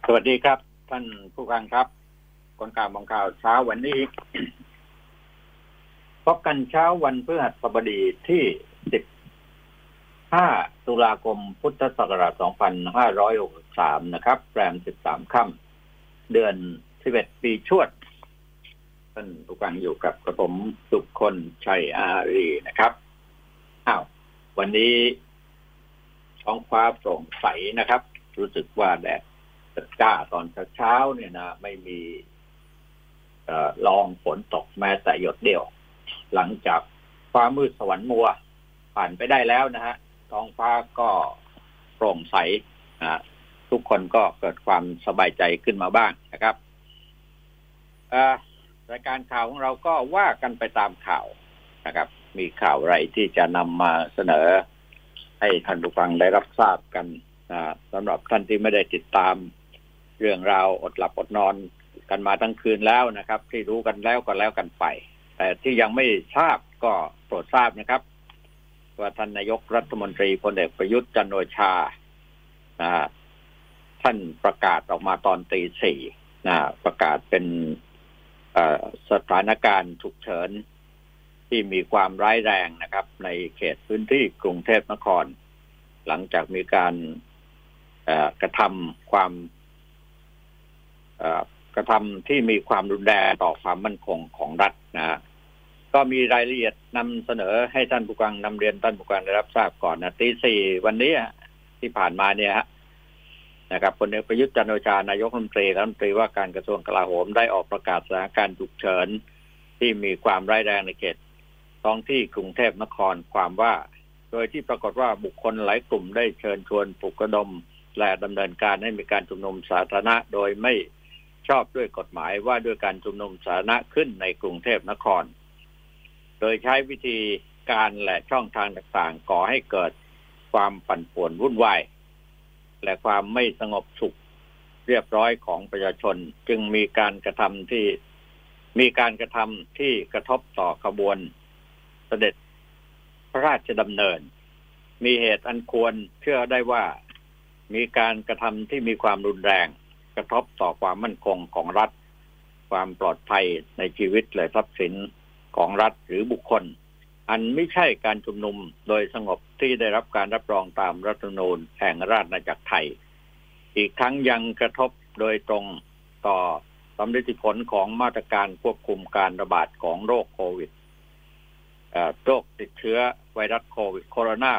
วัสดีครับท่านผู้ฟังครับคนข่าวมองข่าวเช้าวันนี้ พบกันเช้าวันพฤหัสบดีที่15ตุลาคมพุทธศักราช2563นะครับแรม13ค่ำเดือน11ปีชวดท่านผู้ฟังอยู่กับกระผมสุขคนชัยอารีนะครับวันนี้ท้องฟ้าโปร่งใสนะครับรู้สึกว่าแดดจ้าตอนเช้าเนี่ยนะไม่มีลองฝนตกแม้แต่หยดเดียวหลังจากฟ้ามืดสวรรค์มัวผ่านไปได้แล้วนะฮะท้องฟ้าก็โปร่งใสทุกคนก็เกิดความสบายใจขึ้นมาบ้างนะครับรายการข่าวของเราก็ว่ากันไปตามข่าวนะครับมีข่าวอะไรที่จะนำมาเสนอให้ท่านผู้ฟังได้รับทราบกันสำหรับท่านที่ไม่ได้ติดตามเรื่องราวอดหลับอดนอนกันมาทั้งคืนแล้วนะครับที่รู้กันแล้วก็แล้วกันไปแต่ที่ยังไม่ทราบก็โปรดทราบนะครับว่าท่านนายกรัฐมนตรีพลเอกประยุทธ์จันทร์โอชาท่านประกาศออกมาตอนตี 4ประกาศเป็นสถานการณ์ฉุกเฉินที่มีความร้ายแรงนะครับในเขตพื้นที่กรุงเทพมหานครหลังจากมีการกระทำที่มีความรุนแรงต่อความมั่นคงของรัฐนะก็มีรายละเอียดนำเสนอให้ท่านผู้ฟังนำเรียนท่านผู้ฟังได้รับทราบก่อนนะตี 4วันนี้ที่ผ่านมาเนี่ยนะครับพลเอกประยุทธ์จันทร์โอชานายกรัฐมนตรีว่าการกระทรวงกลาโหมได้ออกประกาศสถานการณ์ฉุกเฉินที่มีความร้ายแรงในเขตท้องที่กรุงเทพมหานครความว่าโดยที่ปรากฏว่าบุคคลหลายกลุ่มได้เชิญชวนปลุกระดมและดำเนินการให้มีการชุมนุมสาธารณะโดยไม่ชอบด้วยกฎหมายว่าด้วยการชุมนุมสาธารณะขึ้นในกรุงเทพมหานครโดยใช้วิธีการและช่องทางต่างๆก่อให้เกิดความปั่นป่วนวุ่นวายและความไม่สงบสุขเรียบร้อยของประชาชนจึงมีการกระทำที่กระทบต่อขบวนเสด็จพระราชดำเนินมีเหตุอันควรเชื่อได้ว่ามีการกระทำที่มีความรุนแรงกระทบต่อความมั่นคงของรัฐความปลอดภัยในชีวิตและทรัพย์สินของรัฐหรือบุคคลอันไม่ใช่การชุมนุมโดยสงบที่ได้รับการรับรองตามรัฐธรรมนูญแห่งราชอาณาจักรไทยอีกทั้งยังกระทบโดยตรงต่อสำลิดผลของมาตรการควบคุมการระบาดของโรคโควิดโรคติดเชื้อไวรัสโคโรนา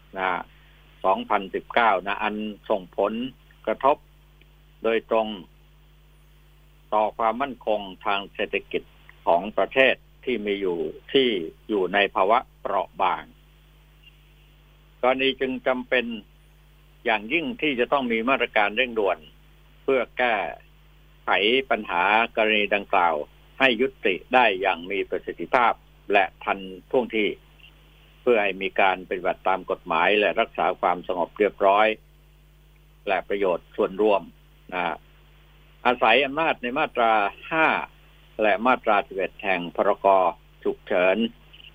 2019อันส่งผลกระทบโดยตรงต่อความมั่นคงทางเศรษฐกิจของประเทศที่มีอยู่ในภาวะเปราะบางกรณีจึงจำเป็นอย่างยิ่งที่จะต้องมีมาตรการเร่งด่วนเพื่อแก้ไขปัญหากรณีดังกล่าวให้ยุติได้อย่างมีประสิทธิภาพและทันท่วงทีเพื่อให้มีการปฏิบัติตามกฎหมายและรักษาความสงบเรียบร้อยและประโยชน์ส่วนรวมอาศัยอำนาจในมาตรา 5 และมาตรา 11 แห่งพรก.ฉุกเฉิน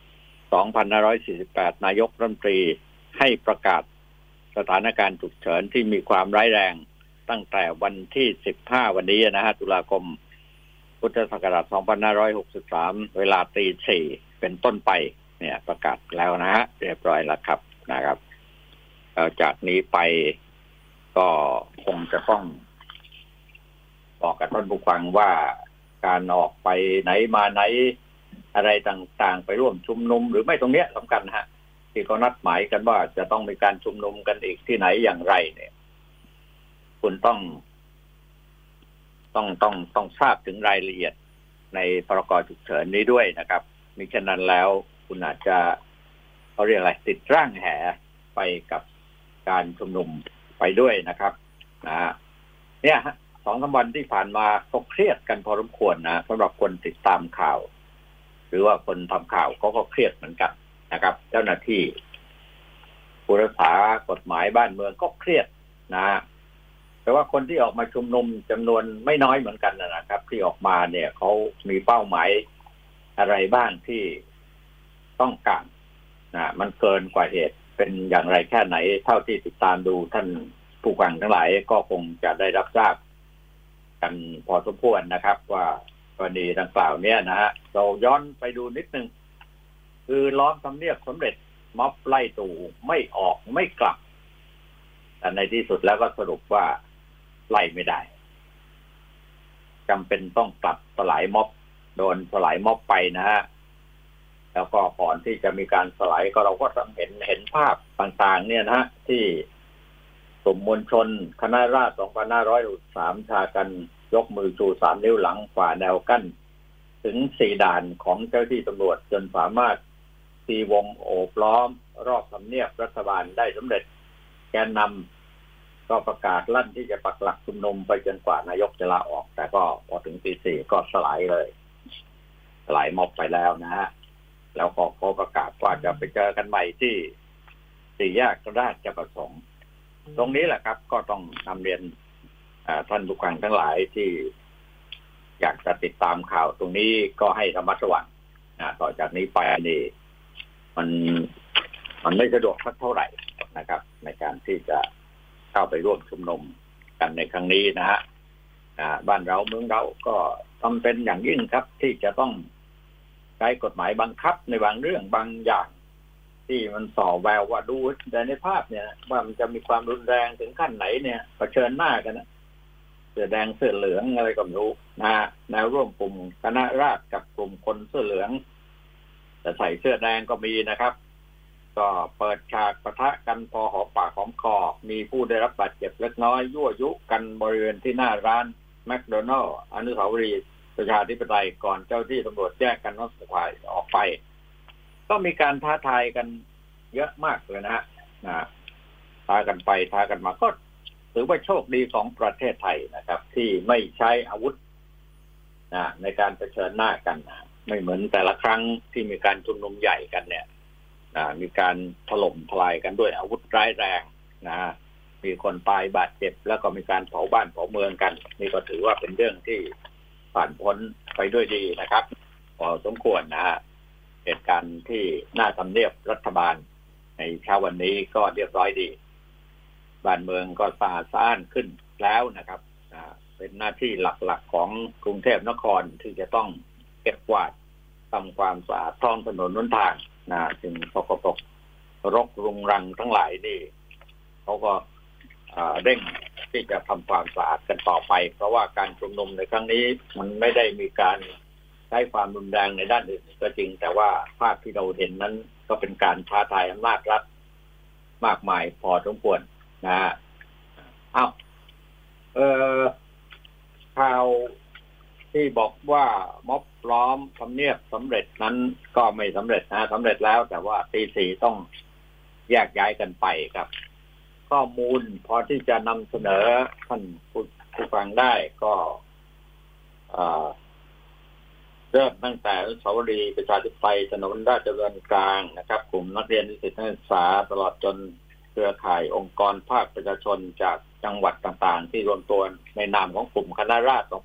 2548 นายกรัฐมนตรีให้ประกาศสถานการณ์ฉุกเฉินที่มีความร้ายแรงตั้งแต่วันที่ 15 วันนี้ตุลาคมพุทธศักราช 2563 เวลาตี 4 เป็นต้นไปเนี่ยประกาศแล้วนะฮะเรียบร้อยแล้วครับนะครับจากนี้ไปก็คงจะต้องบอกกับท่านผู้ฟังว่าการออกไปไหนมาไหนอะไรต่างๆไปร่วมชุมนุมหรือไม่ตรงเนี้ยสำคัญฮะที่เขานัดหมายกันว่าจะต้องมีการชุมนุมกันอีกที่ไหนอย่างไรเนี่ยคุณต้องทราบถึงรายละเอียดในพรก.ฉุกเฉินนี้ด้วยนะครับมิฉะนั้นแล้วคุณอาจจะเขาเรียกอะไรติดร่างแหไปกับการชุมนุมไปด้วยนะครับเนี่ย2-3 วันที่ผ่านมาก็เครียดกันพอสมควรนะสำหรับคนติดตามข่าวหรือว่าคนทำข่าวเขาก็เครียดเหมือนกันนะครับเจ้าหน้าที่ผู้รักษากฎหมายบ้านเมืองก็เครียดนะแต่ว่าคนที่ออกมาชุมนุมจำนวนไม่น้อยเหมือนกันนะครับที่ออกมาเนี่ยเขามีเป้าหมายอะไรบ้างที่ต้องการมันเกินกว่าเหตุเป็นอย่างไรแค่ไหนเท่าที่ติดตามดูท่านผู้ฟังทั้งหลายก็คงจะได้รับทราบกันพอสมควรนะครับว่ากรณีดังกล่าวเนี้ยนะฮะเราย้อนไปดูนิดนึงคือล้อมทำเนียบสำเร็จม็อบไล่ตู่ไม่ออกไม่กลับแต่ในที่สุดแล้วก็สรุปว่าไล่ไม่ได้จำเป็นต้องกลับสลายม็อบโดนสลายม็อบไปนะฮะแล้วก็ก่อนที่จะมีการสลายก็เราก็ต้องเห็นภาพต่างๆเนี่ยนะฮะที่กลุ่มมวลชนคณะราษฎร 2563 ชากันยกมือชู3 นิ้วหลังฝ่าแนวกั้นถึง4 ด่านของเจ้าที่ตำรวจจนสามารถตีวงโอบล้อมรอบทำเนียบรัฐบาลได้สำเร็จแกนนำก็ประกาศลั่นที่จะปักหลักชุมนุมไปจนกว่านายกจะลาออกแต่ก็พอถึงตี 4ก็สลายเลยสลายม็อบไปแล้วนะฮะแล้วก็เขาประกาศว่าจะไปเจอกันใหม่ที่4 แยกราชประสงค์ตรงนี้แหละครับก็ต้องนำเรียนท่านผู้ฟังทั้งหลายที่อยากจะติดตามข่าวตรงนี้ก็ให้ระมัดระวังต่อจากนี้ไปนี่มันไม่สะดวกสักเท่าไหร่นะครับในการที่จะเข้าไปร่วมชุมนุมกันในครั้งนี้นะฮะบ้านเราเมืองเราก็จำเป็นอย่างยิ่งครับที่จะต้องใช้กฎหมายบังคับในบางเรื่องบางอย่างที่มันส่อแววว่าดูแต่ในภาพเนี่ยว่ามันจะมีความรุนแรงถึงขั้นไหนเนี่ยเผชิญหน้ากันนะเสื้อแดงเสื้อเหลืองอะไรก็ไม่รู้นะแนวร่วมกลุ่มคณะราษฎรกับกลุ่มคนเสื้อเหลืองแต่ใส่เสื้อแดงก็มีนะครับก็เปิดฉากปะทะกันพอหอมปากหอมคอมีผู้ได้รับบาดเจ็บเล็กน้อยยั่วยุกันบริเวณที่หน้าร้านแมคโดนัลล์อนุสาวรีย์ประชาธิปไตยก่อนเจ้าที่ตำรวจแยกกันนอกสภาออกไปก็มีการท้าทายกันเยอะมากเลยนะฮะท้ากันไปท้ากันมาก็ถือว่าโชคดีของประเทศไทยนะครับที่ไม่ใช้อาวุธในการเผชิญหน้ากันไม่เหมือนแต่ละครั้งที่มีการชุมนุมใหญ่กันเนี่ยมีการถล่มทลายกันด้วยอาวุธร้ายแรงมีคนตายบาดเจ็บแล้วก็มีการเผาบ้านเผาเมืองกันนี่ก็ถือว่าเป็นเรื่องที่ผ่านพ้นไปด้วยดีนะครับพอสมควรนะฮะเหตุการณ์ที่หน้าทำเนียบรัฐบาลในเช้าวันนี้ก็เรียบร้อยดีบ้านเมืองก็สะอาดสะอ้านขึ้นแล้วนะครับเป็นหน้าที่หลักๆของกรุงเทพนครที่จะต้องเก็บกวาดทำความสะอาดท้องถนนหนทางจึงสกปรกรกรุงรังทั้งหลายนี่เขาก็เร่งที่จะทำความสะอาดกันต่อไปเพราะว่าการชุมนุมในครั้งนี้มันไม่ได้มีการใช้ความรุนแรงในด้านอื่นก็จริงแต่ว่าภาพที่เราเห็นนั้นก็เป็นการท้าทายอำนาจรัฐมากมายพอสมควรนะฮะข่าวที่บอกว่าม็อบล้อมทำเนียบสำเร็จนั้นก็ไม่สำเร็จสำเร็จแล้วแต่ว่าตี 4ต้องแยกย้ายกันไปครับข้อมูลพอที่จะนำเสนอท่านผู้ฟังได้ก็เริ่มตั้งแต่อนุสาวรีย์ประชาธิปไตยถนนราชดำเนินกลางนะครับกลุ่มนักเรียนนิสิตนักศึกษาตลอดจนเครือข่ายองค์กรภาคประชาชนจากจังหวัดต่างๆที่รวมตัวในนามของกลุ่มคณะราษฎร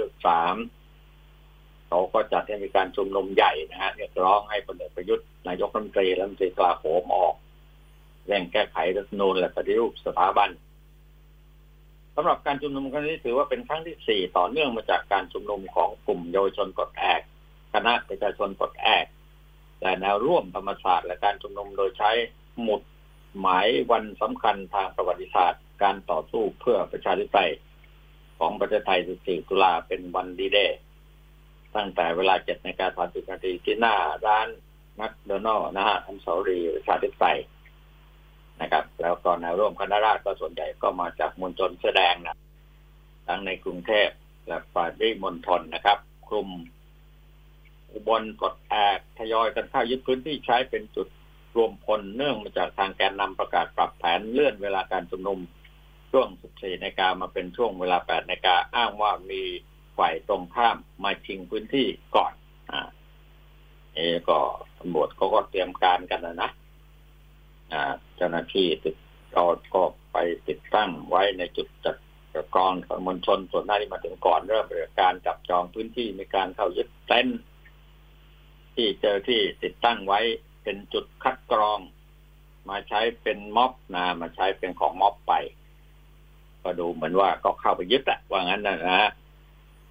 2563 เขาก็จัดให้มีการชุมนุมใหญ่นะฮะเรียกร้องให้พลเอกประยุทธ์นายกรัฐมนตรีและรัฐมนตรีกลาโหมออกเร่งแก้ไขรัฐธรรมนูญและปฏิรูปสถาบันสำหรับการชุมนุมครั้งนี้ถือว่าเป็นครั้งที่ 4ต่อเนื่องมาจากการชุมนุมของกลุ่มเยาวชนปลดแอกคณะประชาชนปลดแอกและแนวร่วมธรรมศาสตร์และการชุมนุมโดยใช้หมุดหมายวันสำคัญทางประวัติศาสตร์การต่อสู้เพื่อประชาธิปไตยของประเทศไทย 14 ตุลาเป็นวันดีเดย์ตั้งแต่เวลา 7:30 น.ที่หน้าร้านแมคโดนัลล์นะฮะอนุสาวรีย์ประชาธิปไตยนะครับแล้วก็แนวร่วมคณะราษฎรก็ส่วนใหญ่ก็มาจากมวลชนเสื้อแดงนะทั้งในกรุงเทพและปริมณฑลนะครับกลุ่มอุบลปลดแอกทยอยกันเข้ายึดพื้นที่ใช้เป็นจุดรวมพลเนื่องมาจากทางแกนนำประกาศปรับแผนเลื่อนเวลาการชุมนุมช่วง 14 นาฬิกามาเป็นช่วงเวลา 8 นาฬิกาอ้างว่ามีฝ่ายตรงข้ามมาชิงพื้นที่ก่อนก็ตำรวจเขาก็เตรียมการกันนะเจ้าหน้าที่ก็ไปติดตั้งไว้ในจุดจัดกรองของมวลชนส่วนหน้าที่มาถึงก่อนเริ่มการจับจองพื้นที่มีการเข้ายึดเต็นท์ที่เจอที่ติดตั้งไว้เป็นจุดคัดกรองมาใช้เป็นม็อบมาใช้เป็นของม็อบไปก็ดูเหมือนว่าก็เข้าไปยึดแหละว่างั้นนะ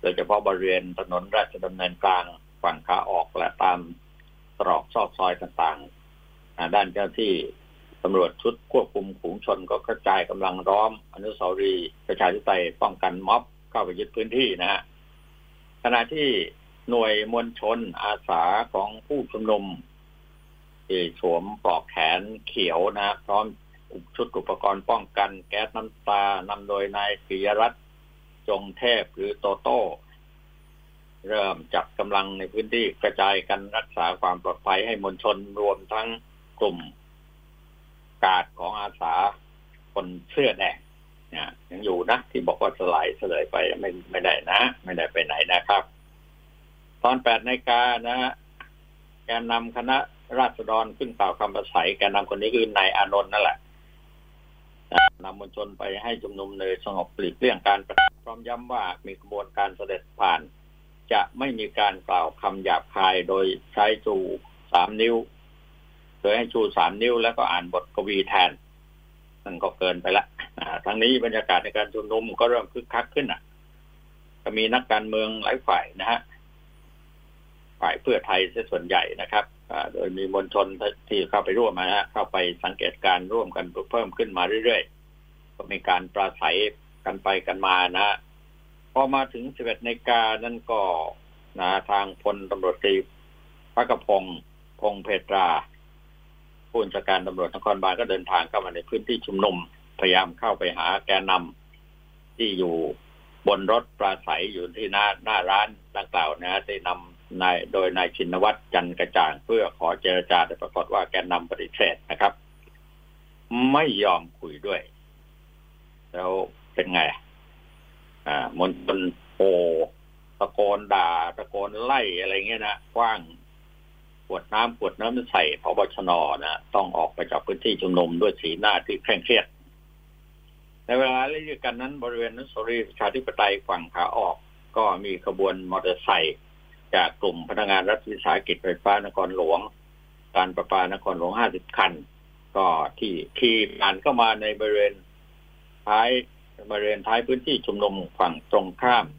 โดยเฉพาะบริเวณถนนราชดำเนินกลางฝั่งขาออกและตามตรอกซอกซอยต่างๆด้านเจ้าที่ตำรวจชุดควบคุมฝูงชนก็กระจายกำลังล้อมอนุสาวรีย์ประชาธิปไตยป้องกันม็อบเข้าไปยึดพื้นที่นะฮะขณะที่หน่วยมวลชนอาสาของผู้ชุมนุมที่สวมปลอกแขนเขียวนะพร้อมชุดอุปกรณ์ป้องกันแก๊สน้ำตานำโดยนายปิยรัตน์จงเทพหรือโตโต้เริ่มจัดกำลังในพื้นที่กระจายกันรักษาความปลอดภัยให้มวลชนรวมทั้งกลุ่มกาดของอาสาคนเสื้อแดงเนี่ยยังอยู่นะที่บอกว่าสลายเสลยไปไม่ได้นะไม่ได้ไปไหนนะครับตอน 8 นาฬิกานะฮะแกนนำคณะราษฎรขึ้นกล่าวคำปราศัยแกนนำคนนี้คือนายอานนท์นั่นแหละนำมวลชนไปให้ชุมนุมโดยสงบหลีกเลี่ยงการประทะพร้อมย้ำว่ามีกระบวนการเสด็จผ่านจะไม่มีการกล่าวคำหยาบคายโดยใช้ชู3 นิ้วโดยให้ชู3 นิ้วแล้วก็อ่านบทกวีแทนนั่นก็เกินไปละทั้งนี้บรรยากาศในการชุมนุมก็เริ่มคึกคักขึ้นก็มีนักการเมืองหลายฝ่ายนะฮะฝ่ายเพื่อไทยส่วนใหญ่นะครับโดยมีมวลชนที่เข้าไปร่วมนะฮะเข้าไปสังเกตการร่วมกันเพิ่มขึ้นมาเรื่อยๆก็มีการปราศัยกันไปกันมานะพอมาถึง 11 นาฬิกานั่นก็ทางพลตำรวจตรีภกพงษ์พงษ์เพตราผู้บัญชาการตำรวจนครบาลก็เดินทางเข้ามาในพื้นที่ชุมนุมพยายามเข้าไปหาแกนนำที่อยู่บนรถปราศัยอยู่ที่หน้าร้านดังกล่าวนะได้นำโดยนายชินวัตรจันกระจ่างเพื่อขอเจรจาแต่ปรากฏว่าแกนนำปฏิเสธนะครับไม่ยอมคุยด้วยแล้วเป็นไงมวลชนตะโกนด่าตะโกนไล่อะไรเงี้ยนะกว้างขวดน้ำใส่พบชน.นะต้องออกไปจากพื้นที่ชุมนุมด้วยสีหน้าที่เคร่งเครียดในเวลาเดียวกันนั้นบริเวณอนุสาวรีย์ประชาธิปไตยฝั่งขาออกก็มีขบวนมอเตอร์ไซค์จากกลุ่มพนักงานรัฐวิสาหกิจไฟฟ้านครหลวงการประปานครหลวง50 คันก็ที่ขี่ผ่านเข้ามาในบริเวณท้ายพื้นที่ชุมนุมฝั่งตรงข้าม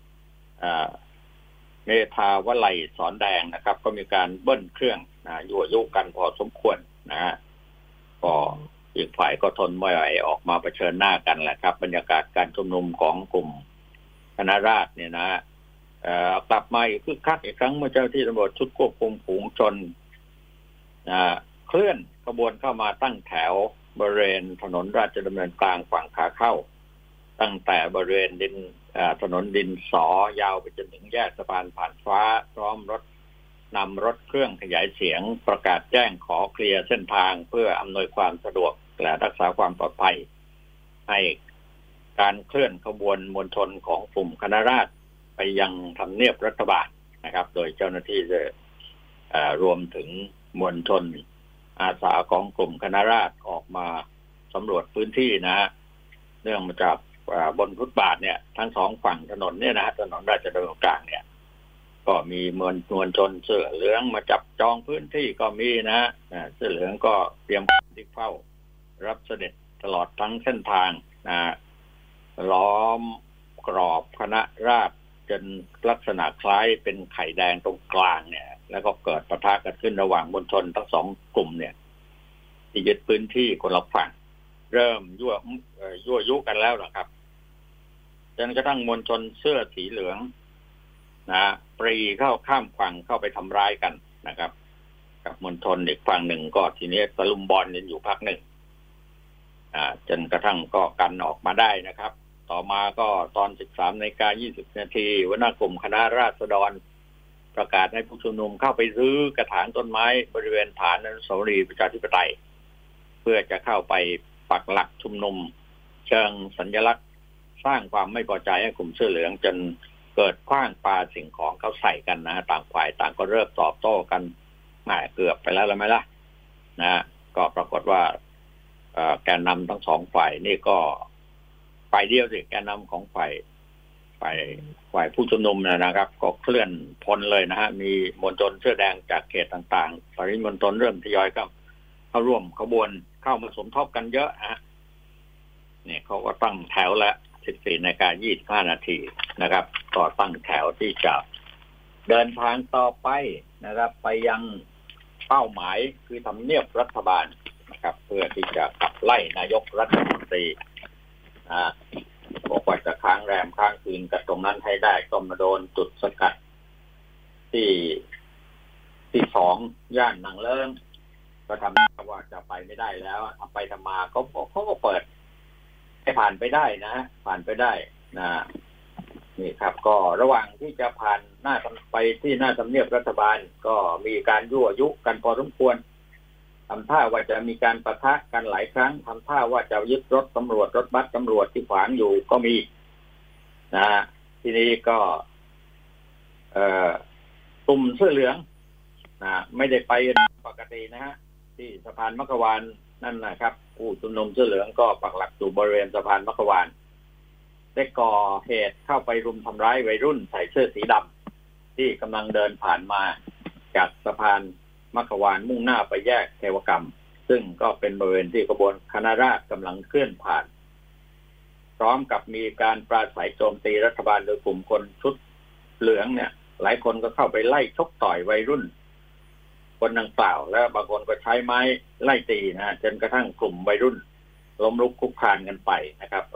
เมธาวลัยสอนแดงนะครับก็มีการเบิ้ลเครื่องยั่วยุกันพอสมควรนะฮะก็อีกฝ่ายก็ทนไม่ไหวออกมาเผชิญหน้ากันแหละครับบรรยากาศการชุมนุมของกลุ่มคณะราษฎรเนี่ยนะกลับมาอีกคึกคักอีกครั้งเมื่อเจ้าที่ตำรวจชุดควบคุมฝูงชนเคลื่อนขบวนเข้ามาตั้งแถวบริเวณถนนราชดำเนินกลางฝั่งขาเข้าตั้งแต่บริเวณถนนดินสอยาวไปจนถึงแยกสะพานผ่านฟ้าพร้อมนำรถเครื่องขยายเสียงประกาศแจ้งขอเคลียร์เส้นทางเพื่ออำนวยความสะดวกและรักษาความปลอดภัยให้การเคลื่อนขบวนมวลชนของกลุ่มคณะราษฎรไปยังทำเนียบรัฐบาลนะครับโดยเจ้าหน้าที่จะรวมถึงมวลชนอาสาของกลุ่มคณะราษฎรออกมาสำรวจพื้นที่นะฮะเนื่องมาจากบนฟุตบาทเนี่ยทั้งสองฝั่งถนนเนี่ยนะถนนราชดำเนินกลางเนี่ยก็มีมวลชนเสื้อเหลืองมาจับจองพื้นที่ก็มีนะเสื้อเหลืองก็เตรียมที่เฝ้ารับเสด็จตลอดทั้งเส้นทางล้อมกรอบคณะราษฎรจนลักษณะคล้ายเป็นไข่แดงตรงกลางเนี่ยแล้วก็เกิดปะทะกันขึ้นระหว่างมวลชนทั้งสองกลุ่มเนี่ยที่ยึดพื้นที่คนละฝั่งเริ่มยั่วยุกันแล้วนะครับจนกระทั่งมวลชนเสื้อสีเหลืองปรีเข้าข้ามฝั่งเข้าไปทำร้ายกันนะครับกับมวลชนอีกฝั่งหนึ่งก็ทีนี้ตะลุมบอลกันอยู่พักหนึ่งจนกระทั่งก็กันออกมาได้นะครับต่อมาก็ตอน 13:20 นาทีหัวหน้ากลุ่มคณะราษฎรประกาศให้ผู้ชุมนุมเข้าไปรื้อกระถางต้นไม้บริเวณฐานอนุสาวรีย์ประชาธิปไตยเพื่อจะเข้าไปปักหลักชุมนุมเชิงสัญลักษณ์สร้างความไม่พอใจให้กลุ่มเสื้อเหลืองจนเกิดขว้างปาสิ่งของเข้าใส่กันนะต่างฝ่ายต่างก็เริ่มตอบโต้กันเกือบไปแล้วไหมล่ะก็ปรากฏว่าแกนนำทั้งสองฝ่ายนี่ก็ฝ่ายเดียวสิแกนนำของฝ่ายผู้ชุมนุมนะครับก็เคลื่อนพลเลยนะฮะมีมวลชนเสื้อแดงจากเขตต่างๆตอนนี้มวลชนเริ่มทยอยเข้าร่วมขบวนเข้ามาสมทบกันเยอะเนี่ยเขาก็ตั้งแถวละ 14:25 นาทีนะครับก็ตั้งแถวที่จะเดินทางต่อไปนะครับไปยังเป้าหมายคือทำเนียบรัฐบาลนะครับเพื่อที่จะขับไล่นายกรัฐมนตรีบอกว่าจะค้างแรมค้างคืนกับตรงนั้นให้ได้ก็มาโดนจุดสกัดที่2ย่านหนังเลิ้งก็ทำว่าจะไปไม่ได้แล้วทำไปทำมาเขาก็เปิดให้ผ่านไปได้นะผ่านไปได้นะนี่ครับก็ระหว่างที่จะผ่านไปที่หน้าทำเนียบรัฐบาลก็มีการยั่วยุกันพอสมควรทำท่าว่าจะมีการปะทะกันหลายครั้งทำท่าว่าจะยึดรถตำรวจรถบัสตำรวจที่ขวางอยู่ก็มีนะทีนี้ก็กลุ่มเสื้อเหลืองไม่ได้ไปปกตินะฮะที่สะพานมัขวานนั่นนะครับผู้ชุมนุมเสื้อเหลืองก็ปักหลักอยู่บริเวณสะพานมัขวานได้ก่อเหตุเข้าไปรุมทำร้ายวัยรุ่นใส่เสื้อสีดำที่กำลังเดินผ่านมาจากสะพานมัขวานมุ่งหน้าไปแยกเทวกรรมซึ่งก็เป็นบริเวณที่ขบวนคณะราษฎรกำลังเคลื่อนผ่านพร้อมกับมีการปราศัยโจมตีรัฐบาลโดยกลุ่มคนชุดเหลืองเนี่ยหลายคนก็เข้าไปไล่ชกต่อยวัยรุ่นคนดังกล่าวแล้วบางคนก็ใช้ไม้ไล่ตีนะจนกระทั่งกลุ่มวัยรุ่นล้มลุกคลุกคลานกันไปนะครับ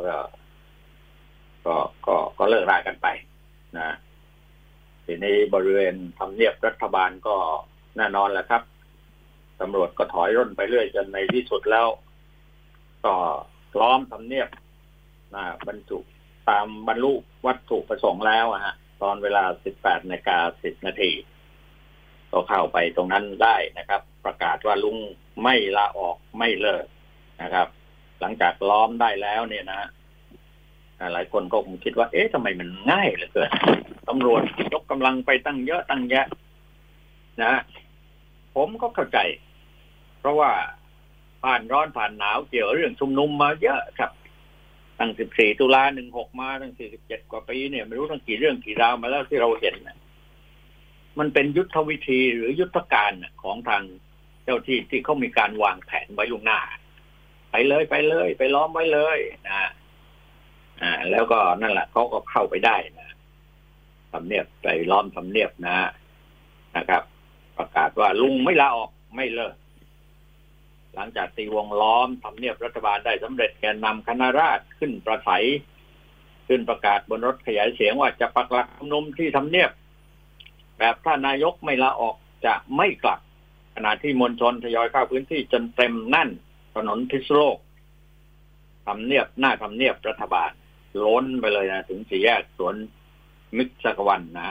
ก็เลิกรากันไปนะทีนี้บริเวณทำเนียบรัฐบาลก็แน่นอนแหละครับตำรวจก็ถอยร่นไปเรื่อยจนในที่สุดแล้วก็ล้อมทำเนียบบรรจุตามบรรลุวัตถุประสงค์แล้วตอนเวลา 18:10 นาทีก็เข้าไปตรงนั้นได้นะครับประกาศว่าลุงไม่ลาออกไม่เลิกนะครับหลังจากล้อมได้แล้วเนี่ยนะหลายคนก็คงคิดว่าทำไมมันง่ายเหลือเกินตำรวจยกกำลังไปตั้งเยอะตั้งแยะนะผมก็เข้าใจเพราะว่าผ่านร้อนผ่านหนาวเกี่ยวเรื่องชุมนุมมาเยอะครับตั้ง14 ตุลา 16มาตั้ง47 กว่าปีเนี่ยไม่รู้ตั้งกี่เรื่องกี่ราวมาแล้วที่เราเห็นมันเป็นยุทธวิธีหรือยุทธการของทางเจ้าที่เขามีการวางแผนไว้ล่วงหน้าไปเลยไปล้อมไว้เลยนะแล้วก็นั่นแหละเขาก็เข้าไปได้นะทำเนียบไปล้อมทำเนียบนะครับประกาศว่าลุงไม่ลาออกไม่เลิกหลังจากตีวงล้อมทำเนียบรัฐบาลได้สำเร็จแกนนำคณะราษฎรขึ้นประสัยขึ้นประกาศบนรถขยายเสียงว่าจะปักหลักชุมนุมที่ทำเนียบแบบถ้านายกไม่ลาออกจะไม่กลับขณะที่มวลชนทยอยเข้าพื้นที่จนเต็มแน่นถนนพิษณุโลกทำเนียบหน้าทำเนียบรัฐบาลล้นไปเลยนะถึงสี่แยกสวนมิตรจักรวรรณนะ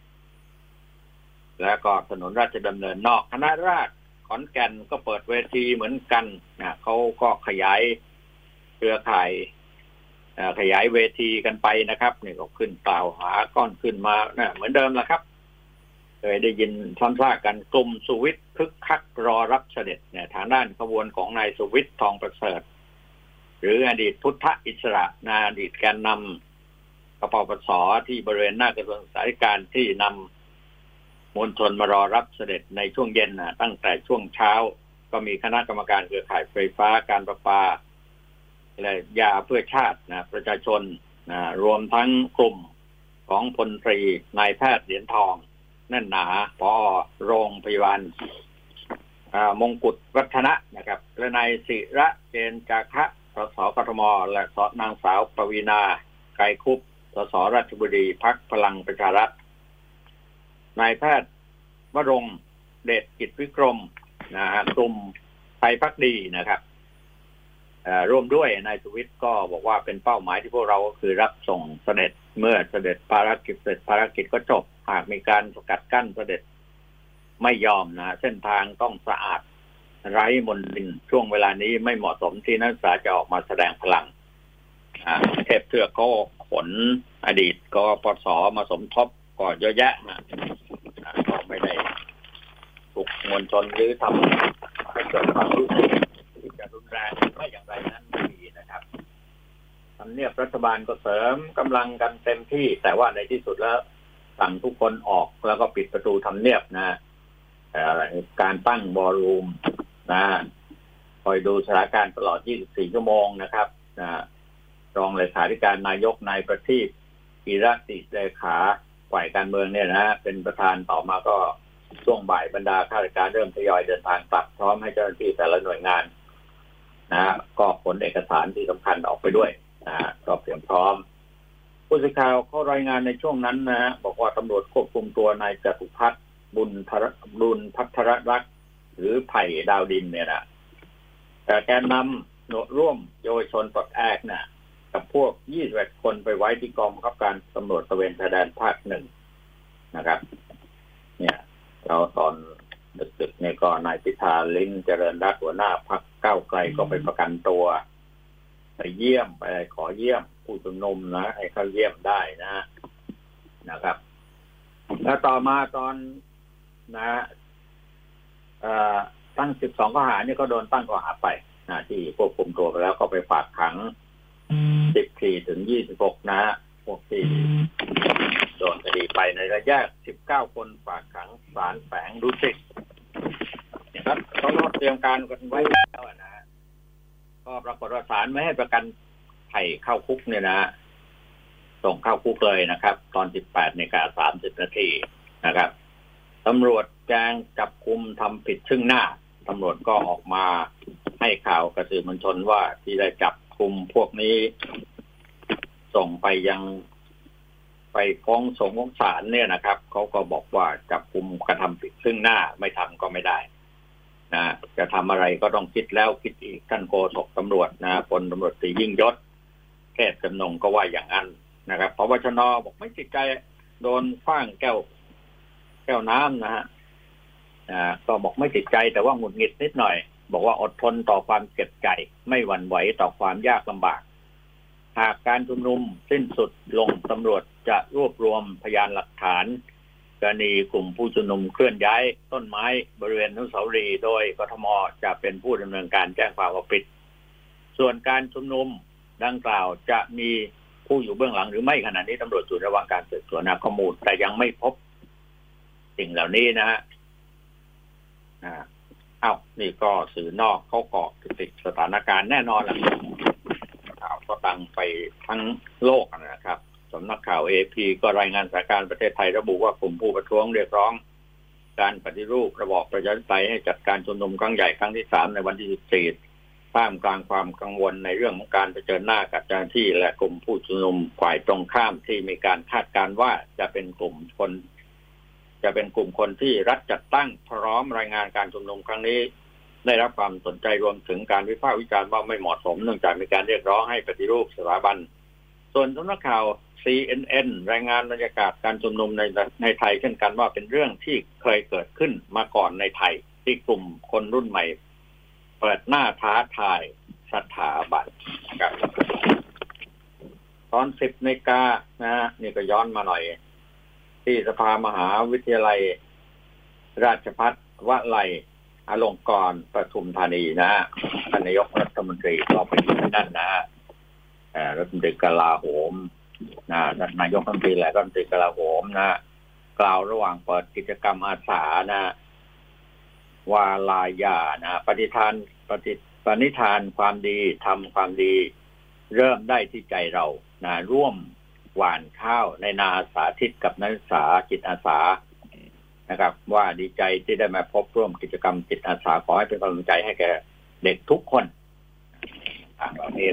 แล้วก็ถนนราชดำเนินนอกคณะราษฎรขอนแก่นก็เปิดเวทีเหมือนกันนะเขาก็ขยายเครือข่ายขยายเวทีกันไปนะครับนี่ก็ขึ้นกล่าวหาก้อนขึ้นมาเหมือนเดิมแหละครับเคยได้ยินซ้ำซากกันกลุ่มสุวิทย์คึกคักรอรับเสด็จเนี่ยทางด้านขบวนของนายสุวิทย์ทองประเสริฐหรืออดีตพุทธอิสระอดีตแกนนำกปปส.ที่บริเวณหน้ากระทรวงศึกษาธิการที่นำมวลชนมารอรับเสด็จในช่วงเย็นตั้งแต่ช่วงเช้าก็มีคณะกรรมการเครือข่ายไฟฟ้าการประปาและยาเพื่อชาติประชาชนรวมทั้งกลุ่มของพลตรีนายแพทย์เหรียญทองแน่นหนาผอ.โรงพยาบาลมงกุฎวัฒนะนะครับและนายศิระเจนจาคะสสกทมและนางสาวปวีณาไกรคุปสสราชบุรีพรรคพลังประชารัฐนายแพทย์วรงค์เดชกิจวิกรมกลุ่มไทยภักดีนะครับร่วมด้วยนายสุวิทย์ก็บอกว่าเป็นเป้าหมายที่พวกเราก็คือรับส่งเสด็จเมื่อเสด็จภารกิจเสร็จภารกิจก็จบหากมีการสกัดกั้นเสด็จไม่ยอมเส้นทางต้องสะอาดไร้มลทินช่วงเวลานี้ไม่เหมาะสมที่นักศึกษาจะออกมาแสดงพลังเทพเทือกก็ขนอดีตกปปส.มาสมทบก็เยอะแยะก็ไม่ได้ถูกมวลชนหรือทำให้เกิดความรู้สึกที่จะรุนแรงไม่อย่างไรนั้นไม่มีนะครับทำเนียบรัฐบาลก็เสริมกำลังกันเต็มที่แต่ว่าในที่สุดแล้วสั่งทุกคนออกแล้วก็ปิดประตูทำเนียบการตั้งวอลลุ่มคอยดูสถานการณ์ตลอด24 ชั่วโมงนะครับรองเลขาธิการนายกนายประทีปกีรติเลขาฝ่ายการเมืองเนี่ยนะเป็นประธานต่อมาก็ช่วงบ่ายบรรดาข้าราชการเริ่มทยอยเดินทางกลับพร้อมให้เจ้าหน้าที่แต่ละหน่วยงานนะก็ขนเอกสารที่สำคัญออกไปด้วยนะก็เตรียมพร้อมผู้สื่อข่าวเขารายงานในช่วงนั้นนะบอกว่าตำรวจควบคุมตัวนายจตุพัฒน์บุญพัทรรักษ์หรือไผ่ดาวดินเนี่ยนะแต่แกนนำหน่วยร่วมเยาวชนปลดแอกนะกับพวก21 คนไปไว้ที่กองบังคับการตำรวจตระเวนชายแดนภาค 1นะครับเนี่ยเราตอนดึกๆเนี่ยก็นายพิธาลิ้มเจริญรัตน์หัวหน้าพรรคก้าวไกลก็ไปประกันตัวไปเยี่ยมไปขอเยี่ยมผู้ชุมนุมนะให้เขาเยี่ยมได้นะครับแล้วต่อมาตอนตั้ง12 ข้อหานี่ก็โดนตั้งข้อหาไปที่ควบคุมตัวไปแล้วก็ไปฝากขัง14 ถึง 26นะพวกที่โดนคดีไปในระยะ19 คนฝากขังศาลแฝงดุสิตนะครับเขาเตรียมการกันไว้แล้วนะก็ปรากฏว่าศาลไม่ให้ประกันไผ่เข้าคุกเนี่ยนะส่งเข้าคุกเลยนะครับตอน 18:30 นาทีนะครับตำรวจแจ้งจับกุมทำผิดซึ่งหน้าตำรวจก็ออกมาให้ข่าวกับสื่อมวลชนว่าที่ได้จับกุมพวกนี้ส่งไปยังไปฟ้องส่งฟ้องศาลเนี่ยนะครับเขาก็บอกว่าจับกุมกระทำผิดซึ่งหน้าไม่ทำก็ไม่ได้นะจะทำอะไรก็ต้องคิดแล้วคิดอีกท่านโฆษกตำรวจนะพลตำรวจตรียิ่งยศเทพจำนงก็ว่าอย่างนั้นนะครับพบชน.บอกไม่ติดใจโดนขว้างแก้วน้ำนะฮะก็บอกไม่ติดใจแต่ว่าหงุดหงิดนิดหน่อยบอกว่าอดทนต่อความเจ็บใจไม่หวั่นไหวต่อความยากลำบากหากการชุมนุมสิ้นสุดลงตำรวจจะรวบรวมพยานหลักฐานกรณีกลุ่มผู้ชุมนุมเคลื่อนย้ายต้นไม้บริเวณอนุสาวรีย์โดยกทม.จะเป็นผู้ดำเนินการแจ้งความเอาผิดส่วนการชุมนุมดังกล่าวจะมีผู้อยู่เบื้องหลังหรือไม่ขณะนี้ตำรวจอยู่ระหว่างการสืบสวนหาข้อมูลแต่ยังไม่พบสิ่งเหล่านี้นะฮะนี่ก็สื่อนอกเขาเกาะติดสถานการณ์แน่นอนล่ะข่าวก็ดังไปทั้งโลกนะครับสำนักข่าว AP ก็รายงานสถานการณ์ประเทศไทยระบุว่ากลุ่มผู้ประท้วงเรียกร้องการปฏิรูประบอบประชาธิปไตยให้จัดการชุมนุมครั้งใหญ่ครั้งที่ 3ในวันที่14ท่ามกลางความกังวลในเรื่องของการเผชิญหน้ากับเจ้าหน้าที่และกลุ่มผู้ชุมนุมฝ่ายตรงข้ามที่มีการคาดการณ์ว่าจะเป็นกลุ่มคนที่รัฐจัดตั้งพร้อมรายงานการชุมนุมครั้งนี้ได้รับความสนใจรวมถึงการวิพากษ์วิจารณ์ว่าไม่เหมาะสมเนื่องจากมีการเรียกร้องให้ปฏิรูปสถาบันส่วนสำนักข่าว CNN รายงานบรรยากาศการชุมนุมในไทยเช่นกันว่าเป็นเรื่องที่เคยเกิดขึ้นมาก่อนในไทยที่กลุ่มคนรุ่นใหม่เปิดหน้าท้าทายสถาบันนะครับตอน 10 นาฬิกานี่ก็ย้อนมาหน่อยที่สภามหาวิทยาลัยราชภัฏวลัยอลงกรณ์ปทุมธานีท่านนายกรัฐมนตรีก็ไปที่นั่นรัฐมนตรีกลาโหมนายกรัฐมนตรีและรัฐมนตรีกลาโหมกล่าวระหว่างเปิดกิจกรรมอาสาวาลายาปณิธานความดีทำความดีเริ่มได้ที่ใจเราร่วมหว่านข้าวในนาสาธิตกับนักศึกษาจิตอาสานะครับว่าดีใจที่ได้มาพบร่วมกิจกรรมจิตอาสาขอให้เป็นกำลังใจให้แก่เด็กทุกคนแบบนี้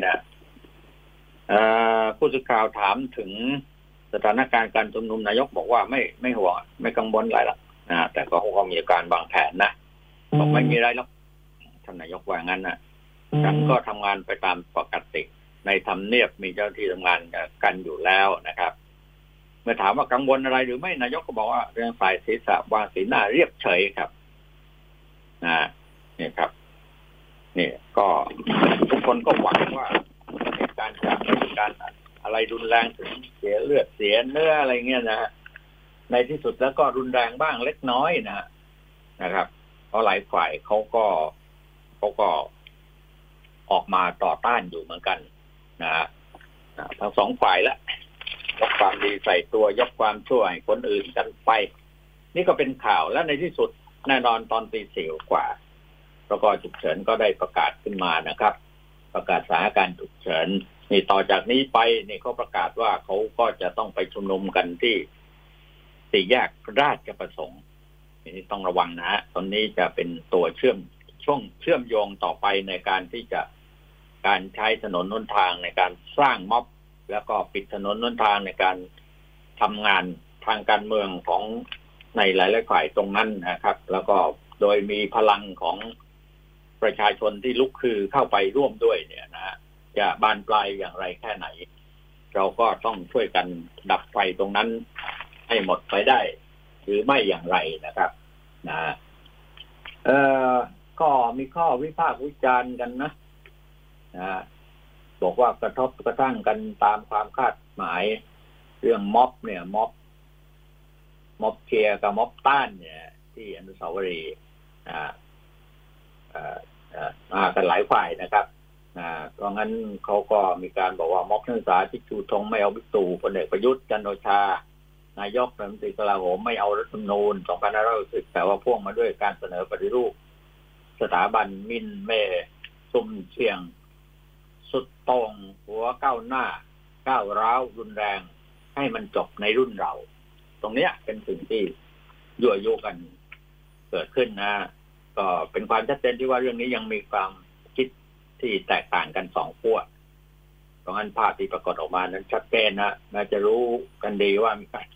ผู้สื่อข่าวถามถึงสถานการณ์การชุมนุมนายกบอกว่าไม่ห่วงไม่กังวลอะไรหรอกแต่ก็คงมีการวางแผนบอกไม่มีอะไรหรอกท่านนายกว่างั้นฉันก็ทำงานไปตามปกติในทำเนียบมีเจ้าหน้าที่ทำงานกันอยู่แล้วนะครับเมื่อถามว่ากังวลอะไรหรือไม่นายกก็บอกว่าเรื่องสายศีรษะวางสีหน้าเรียบเฉยครับนี่ครับนี่ก็ทุกคนก็หวังว่าการจะมีการอะไรรุนแรงถึงเสียเลือดเสียเนื้ออะไรเงี้ยในที่สุดแล้วก็รุนแรงบ้างเล็กน้อยนะครับเพราะหลายฝ่ายเขาก็ออกมาต่อต้านอยู่เหมือนกันทั้งสองฝ่ายแล้วยกความดีใส่ตัวยกความชั่วให้คนอื่นกันไปนี่ก็เป็นข่าวและในที่สุดแน่นอนตอนตี 4 กว่าพรก.ฉุกเฉินก็ได้ประกาศขึ้นมานะครับประกาศสถานการณ์ฉุกเฉินนี่ต่อจากนี้ไปนี่เขาประกาศว่าเขาก็จะต้องไปชุมนุมกันที่สี่แยกราชประสงค์นี่ต้องระวังนะฮะตอนนี้จะเป็นตัวเชื่อมโยงต่อไปในการที่จะการใช้ถนนหนทางในการสร้างม็อบแล้วก็ปิดถนนหนทางในการทำงานทางการเมืองของในหลายๆฝ่ายตรงนั้นนะครับ แล้วก็โดยมีพลังของประชาชนที่ลุกคือเข้าไปร่วมด้วยเนี่ยนะฮะจะบานปลายอย่างไรแค่ไหนเราก็ต้องช่วยกันดับไฟตรงนั้นให้หมดไปได้หรือไม่อย่างไรนะครับนะก็มีข้อวิพากษ์วิจารณ์กันนะบอกว่ากระทบกระทั่งกันตามความคาดหมายเรื่องม็อบเนี่ยม็อบเชียร์กับม็อบต้านเนี่ยที่อนุสาวรีย์มากันหลายฝ่ายนะครับเพราะงั้นเขาก็มีการบอกว่าม็อบนักศึกษาที่ชูธงไม่เอาบิ๊กตู่พลเอกประยุทธ์จันทร์โอชานายกรัฐมนตรีกลาโหมไม่เอารัฐธรรมนูญ2560แต่ว่าพ่วงมาด้วยการเสนอปฏิรูปสถาบันมินเมซุ่มเสี่ยงสุดตรงหัวก้าวหน้าก้าวร้าวรุนแรงให้มันจบในรุ่นเราตรงเนี้ยเป็นสิ่งที่ยั่วยุกันเกิดขึ้นนะก็เป็นความชัดเจนที่ว่าเรื่องนี้ยังมีความคิดที่แตกต่างกันสองขั้วเพราะงั้นภาพที่ปรากฏออกมานั้นชัดเจนนะน่าจะรู้กันดีว่ามีการ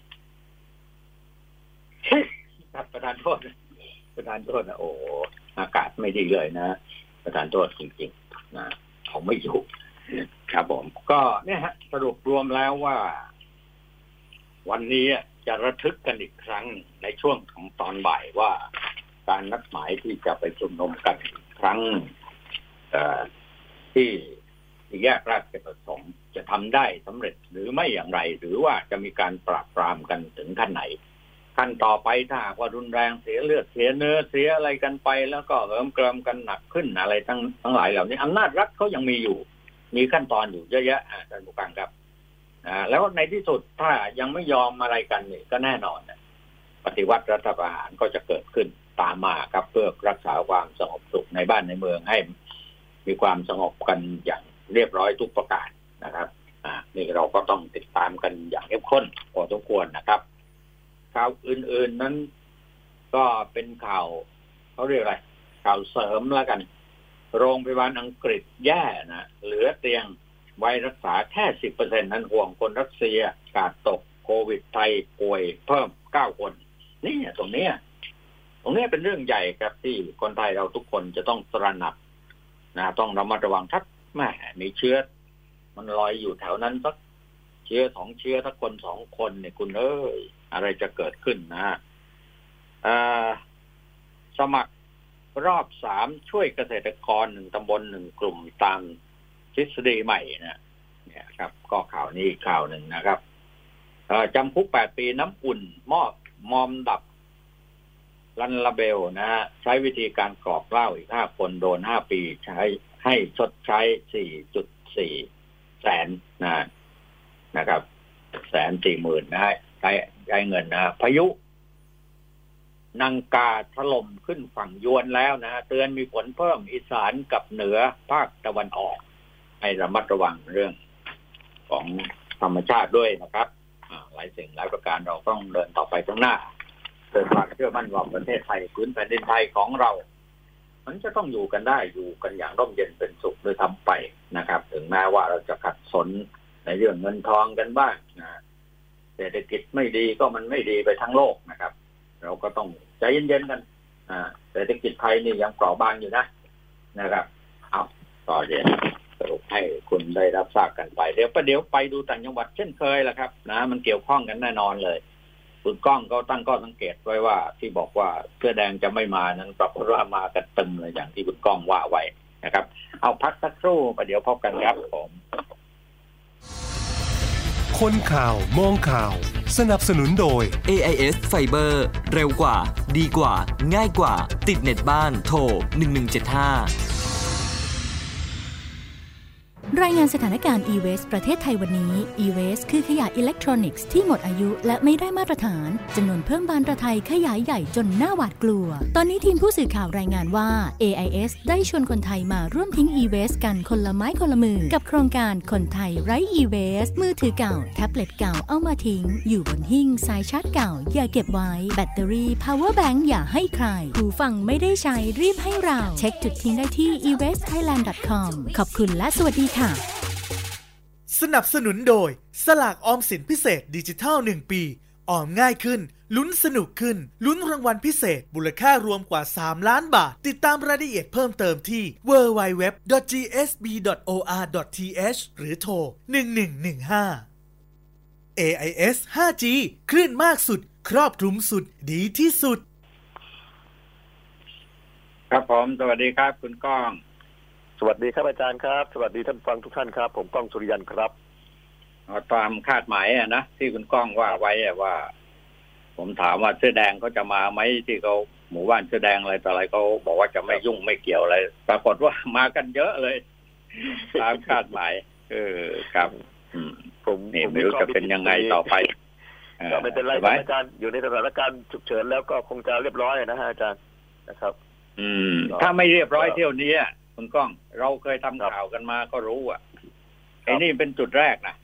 ประธานโทษนะโอ้อากาศไม่ดีเลยนะประธานโทษจริงๆนะเขาไม่อยู่ครับผมก็เนี่ยฮะสรุปรวมแล้วว่าวันนี้จะระทึกกันอีกครั้งในช่วงของตอนบ่ายว่าการนัดหมายที่จะไปชุมนุมกันอีกครั้งที่แยกราชประสงค์จะทำได้สำเร็จหรือไม่อย่างไรหรือว่าจะมีการปราบปรามกันถึงขั้นไหนขั้นต่อไปถ้าว่ารุนแรงเสียเลือดเสียเนื้อเสียอะไรกันไปแล้วก็เหิมเกริมกันหนักขึ้นอะไรทั้งหลายเหล่านี้อำนาจรัฐเขายังมีอยู่มีขั้นตอนอยู่เยอะแยะท่านผู้ฟังครับแล้วในที่สุดถ้ายังไม่ยอมอะไรกันนี่ก็แน่นอนปฏิวัติรัฐประหารก็จะเกิดขึ้นตามมาครับเพื่อรักษาความสงบสุขในบ้านในเมืองให้มีความสงบกันอย่างเรียบร้อยทุกประการนะครับนี่เราก็ต้องติดตามกันอย่างเข้มข้นพอสมควรนะครับข่าวอื่นๆนั้นก็เป็นข่าวเขาเรียกอะไรข่าวเสริมแล้วกันโรงพยาบาลอังกฤษแย่นะเหลือเตียงไว้รักษาแค่ 10% นั้นห่วงคนรัสเซียกาดตกโควิดไทยป่วยเพิ่ม9 คนนี่ตรงนี้เป็นเรื่องใหญ่ครับที่คนไทยเราทุกคนจะต้องตระหนักนะต้องระมัดระวังถ้าแม่มีเชื้อมันลอยอยู่แถวนั้นสักเชื้อ2เชื้อถ้าคน2คนเนี่ยคุณอะไรจะเกิดขึ้นนะสมัครรอบ3ช่วยเกษตรกร1ตำบล1กลุ่มตามทฤษฎีใหม่เนี่ยครับก็ข่าวนี้ข่าวหนึ่งนะครับจำคุก8 ปีน้ำอุ่นมอมดับลันลาเบลนะฮะใช้วิธีการกรอกเหล้าอีก5 คนโดน5 ปีใช้ให้ชดใช้ 4.4 แสนนะครับ140,000นะฮะใช้เงินนะพายุนังกาถล่มขึ้นฝั่งยวนแล้วนะเตือนมีฝนเพิ่มอีสานกับเหนือภาคตะวันออกให้ระมัดระวังเรื่องของธรรมชาติด้วยนะครับหลายสิ่งหลายประการเราต้องเดินต่อไปข้างหน้าเกิดความเชื่อมั่นว่าประเทศไทยพื้นแผ่นดินไทยของเรามันจะต้องอยู่กันได้อยู่กันอย่างร่มเย็นเป็นสุขโดยทำไปนะครับถึงแม้ว่าเราจะขัดสนในเรื่องเงินทองกันบ้างเศรษฐกิจไม่ดีก็มันไม่ดีไปทั้งโลกนะครับเราก็ต้องใจเย็นๆกันเศรษฐกิจไทยนี่ยังเปราะบางอยู่นะครับเอาต่อเดี๋ยวสรุปให้คุณได้รับทราบกันไปเดี๋ยวไปดูต่างจังหวัดเช่นเคยแหละครับมันเกี่ยวข้องกันแน่นอนเลยคุณก้องก็ตั้งข้อสังเกตไว้ว่าที่บอกว่าเสื้อแดงจะไม่มานั้นปรากฏว่ามากันตึมเลยอย่างที่คุณก้องว่าไว้นะครับเอาพักสักครู่ประเดี๋ยวพบกันครับผมคนข่าวมองข่าวสนับสนุนโดย AIS Fiber เร็วกว่าดีกว่าง่ายกว่าติดเน็ตบ้านโทร1175 รายงานสถานการณ์ e-waste ประเทศไทยวันนี้ e-waste คือขยะอิเล็กทรอนิกส์ที่หมดอายุและไม่ได้มาตรฐานจำนวนเพิ่มบานตะไทยขยายใหญ่จนน่าหวาดกลัวตอนนี้ทีมผู้สื่อข่าวรายงานว่า AIS ได้ชวนคนไทยมาร่วมทิ้ง e-waste กันคนละไม้คนละมือกับโครงการคนไทยไร้ e-waste มือถือเก่าแท็บเล็ตเก่าเอามาทิ้งอยู่บนหิ้งสายชาร์จเก่าอย่าเก็บไว้แบตเตอรี่ power bank อย่าให้ใครหูฟังไม่ได้ใช้รีบให้เราเช็คจุดทิ้งได้ที่ e-wastethailand.com ขอบคุณและสวัสดีค่ะสนับสนุนโดยสลากออมสินพิเศษดิจิทัล1ปีออมง่ายขึ้นลุ้นสนุกขึ้นลุ้นรางวัลพิเศษมูลค่ารวมกว่า3ล้านบาทติดตามรายละเอียดเพิ่มเติมที่ www.gsb.or.th หรือโทร1115 AIS 5G คลื่นมากสุดครอบคลุมสุดดีที่สุดครับผมสวัสดีครับคุณก้องสวัสดีครับอาจารย์ครับสวัสดีท่านฟังทุกท่านครับผมก้องสุริยันครับตามคาดหมายนะที่คุณก้องว่าไว้ว่าผมถามว่าเสื้อแดงเขาจะมาไหมที่เขาหมู่บ้านเสื้อแดงอะไรต่ออะไรเขาบอกว่าจะไม่ยุ่งไม่เกี่ยวอะไรปรากฏว่ามากันเยอะเลยตามคาดหมายครับผมนี่ไม่รู้จะเป็นยังไงต่อไปก็ไม่เป็นไรอาจารย์อยู่ในสถานการณ์ฉุกเฉินแล้วก็คงจะเรียบร้อยนะฮะอาจารย์นะครับถ้าไม่เรียบร้อยเที่ยวนี้คุณก้องเราเคยทำข่าวกันมาก็รู้ไอ้นี่เป็นจุดแรกนะ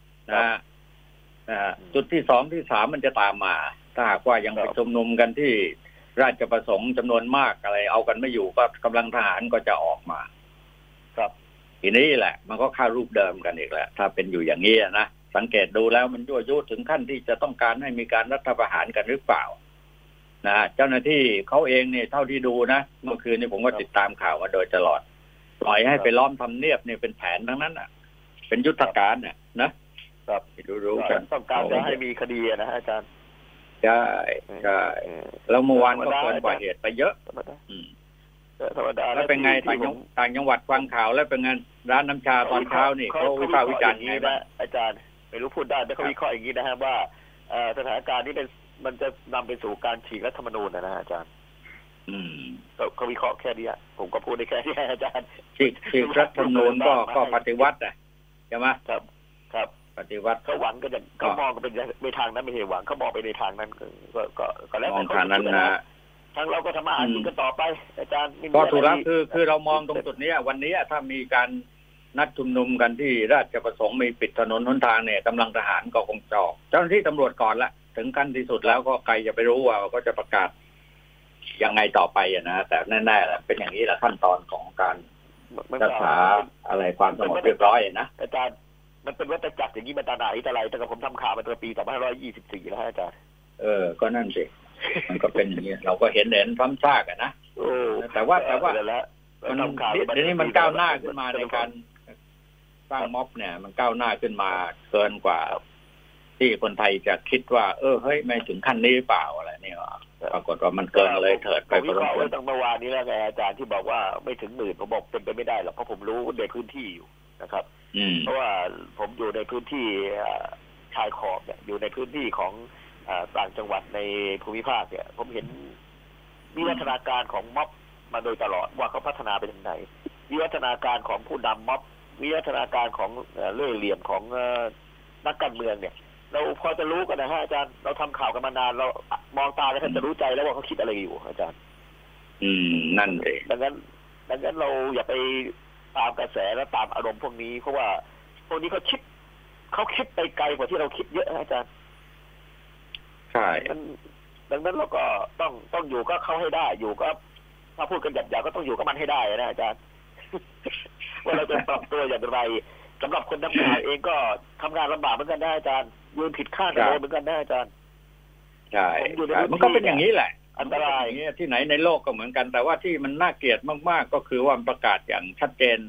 จุดที่สองที่สามมันจะตามมาถ้าหากว่ายังไปชุมนุมกันที่ราชประสงค์จำนวนมากอะไรเอากันไม่อยู่ก็กำลังทหารก็จะออกมาครับทีนี้แหละมันก็เข้ารูปเดิมกันอีกแล้วถ้าเป็นอยู่อย่างนี้นะสังเกตดูแล้วมันยั่วยุถึงขั้นที่จะต้องการให้มีการรัฐประหารกันหรือเปล่านะเจ้าหน้าที่เขาเองเนี่ยเท่าที่ดูนะเมื่อคืนนี้ผมก็ติดตามข่าวมาโดยตลอดปล่อยให้ไปล้อมทำเนียบเนี่ยเป็นแผนทั้งนั้นเป็นยุทธการนะครับรู้กันต้องการจะให้มีคดีนะอาจารย์ใช่แล้วเมื่อวานก็เกินกว่าเหตุไปเยอะธรรมดาแล้วเป็นไงต่างจังหวัดฟังข่าวแล้วเป็นไงร้านน้ำชาตอนเช้านี่เขาวิพากษ์วิจารณ์ไงบ้างอาจารย์ไม่รู้พูดได้ไม่เขาวิเคราะห์อย่างนี้นะฮะว่าสถานการณ์นี้มันจะนำไปสู่การฉีกรัฐธรรมนูญนะอาจารย์เขาวิเคราะห์แค่นี้ผมก็พูดได้แค่นี้อาจารย์ฉีกรัฐธรรมนูญก็ปฏิวัติใช่ไหมครับปฏิวัติเขาหวังก็จะเขามองก็เป็นในทางนั้นไม่ใช่หวังเขามองไปในทางนั้นก็แล้วแต่ทางนั้นนะทางเราก็ทำอาหารกันต่อไปอาจารย์ก็ถูกแล้วคือเรามองตรงจุดนี้วันนี้ถ้ามีการนัดชุมนุมกันที่ราชประสงค์มีปิดถนนหนทางเนี่ยกำลังทหารก็คงจอกเจ้าหน้าที่ตำรวจก่อนละถึงขั้นที่สุดแล้วก็ใครจะไปรู้ว่าก็จะประกาศยังไงต่อไปนะแต่แน่ๆเป็นอย่างนี้แหละขั้นตอนของการรักษาอะไรความสงบเรียบร้อยนะอาจารย์มันเป็นวัฏจักรอย่างนี้มาตราไหนแต่ไรแต่กับผมทำข่าวมาตั้งแต่ปี2524แล้วอาจารย์ก็นั่นสิมันก็เป็นอย่างนี้เราก็เห็นซ้ำซากนะแต่ว่ามันเดี๋ยวนี้มันก้าวหน้าขึ้นมาในการสร้างม็อบเนี่ยมันก้าวหน้าขึ้นมาเกินกว่าที่คนไทยจะคิดว่าเฮ้ยไม่ถึงขั้นนี้เปล่าอะไรนี่ปรากฏว่ามันเกินเลยเถิดไปพอสมควรตั้งเมื่อวานนี้แล้วไงอาจารย์ที่บอกว่าไม่ถึง10,000ผมบอกเป็นไปไม่ได้หรอกเพราะผมรู้ในพื้นที่อยู่นะครับเพราะว่าผมอยู่ในพื้นที่ชายขอบเนี่ยอยู่ในพื้นที่ของต่างจังหวัดในภูมิภาคเนี่ยผมเห็นวิวัฒนาการของม็อบมาโดยตลอดว่าเขาพัฒนาไปทางไหนวิวัฒนาการของผู้นำม็อบวิวัฒนาการของเล่ห์เหลี่ยมของนักการเมืองเนี่ยเราพอจะรู้กันนะฮะอาจารย์เราทำข่าวกันมานานเรามองตาแล้วท่านจะรู้ใจแล้วว่าเขาคิดอะไรอยู่อาจารย์นั่นเองดังนั้นเราอย่าไปตามกระแสและตามอารมณ์พวกนี้เพราะว่าพวกนี้เขาคิดไปไกลกว่าที่เราคิดเยอะอาจารย์ใช่ดังนั้นเราก็ต้องอยู่ก็เข้าให้ได้อยู่ก็ถ้าพูดกันหยาบๆก็ต้องอยู่กับมันให้ได้นะอาจารย์ว่าเราจะปรับตัวอย่างไรสำหรับคนทำงานเองก็ทำงานลำบากเหมือนกันได้อาจารย์ยืนผิดข้างกันเหมือนกันได้อาจารย์ใช่มันก็เป็นอย่างนี้แหละอันตรายอย่างนี้ที่ไหนในโลกก็เหมือนกันแต่ว่าที่มันน่าเกลียดมากๆก็คือว่าประกาศอย่างชัดเจน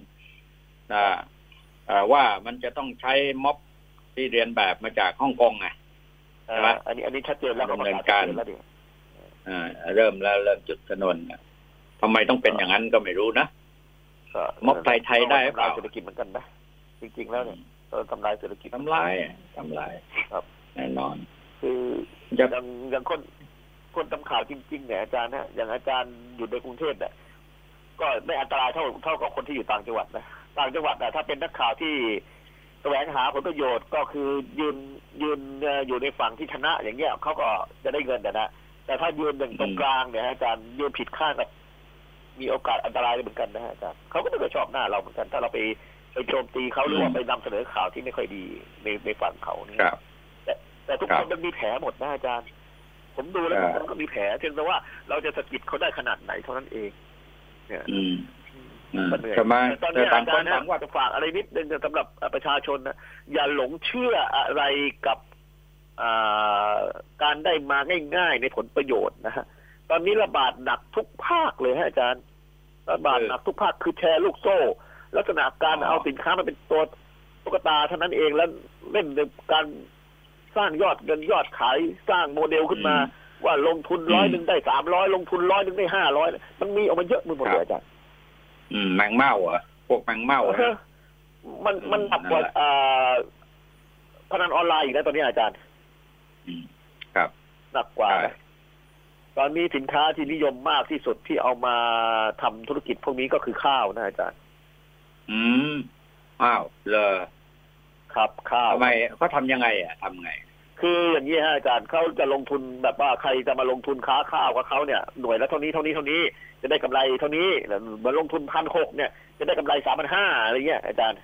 ว่ามันจะต้องใช้ม็อบที่เรียนแบบมาจากฮ่องกงไงใช่ไหมอันนี้ชัดเจนแล้วดำเนินการเริ่มจุดชนวนทำไมต้องเป็นอย่างนั้นก็ไม่รู้นะม็อบไทยได้เปล่าเศรษฐกิจเหมือนกันนะจริงๆแล้วเนี่ยทำลายเศรษฐกิจทำลายครับแน่นอนคืออย่างคนทำข่าวจริงๆเนี่ยอาจารย์นะอย่างอาจารย์อยู่ในกรุงเทพเนี่ยก็ไม่อันตรายเท่ากับคนที่อยู่ต่างจังหวัดนะต่างจังหวัดถ้าเป็นนักข่าวที่แสวงหาผลประโยชน์ก็คือยืนอยู่ในฝั่งที่ชนะอย่างเงี้ยเขาก็จะได้เงินนะแต่ถ้ายืนอย่างตรงกลางเนี่ยอาจารย์ยืนผิดข้างกับมีโอกาสอันตรายเหมือนกันนะอาจารย์เขาก็ไม่ได้ชอบหน้าเราเหมือนกันถ้าเราไปโจมตีเขาหรือว่าไปนำเสนอข่าวที่ไม่ค่อยดีในฝั่งเขานี่แต่ทุกคนมันมีแผลหมดนะอาจารย์ผมดูแล้วมันก็มีแผลเพียงแต่ว่าเราจะสะกิดเขาได้ขนาดไหนเท่านั้นเองเนี่ยมันเหนื่อยตอนนี้อาจารย์นะว่าจะฝากอะไรนิดนึงสำหรับประชาชนนะอย่าหลงเชื่ออะไรกับการได้มาง่ายๆในผลประโยชน์นะฮะตอนนี้ระบาดหนักทุกภาคเลยฮะอาจารย์ระบาดหนักทุกภาคคือแชร์ลูกโซ่ลักษณะการเอาสินค้ามาเป็นตัวตุ๊กตาเท่านั้นเองแล้วเล่นในการสร้างยอดเงินยอดขายสร้างโมเดลขึ้นมาว่าลงทุน100ได้300ลงทุน100ได้500มันมีออกมาเยอะไปหมดเลยอาจารย์แมงเม่าอ่ะพวกแมงเม่ามันหนักกว่าพนันออนไลน์อีกแล้วตอนนี้อาจารย์ครับหนักกว่าตอนนี้สินค้าที่นิยมมากที่สุดที่เอามาทำธุรกิจพวกนี้ก็คือข้าวนะอาจารย์อ้าวเลยครับข้าวทำไมเขาทำยังไงทำไงคืออย่างนี้ฮะอาจารย์เขาจะลงทุนแบบว่าใครจะมาลงทุนค้าข้าวกับเขาเนี่ยหน่วยละเท่านี้จะได้กำไรเท่านี้เหมือนลงทุน1,600เนี่ยจะได้กำไร3,500อะไรเงี้ยอาจารย์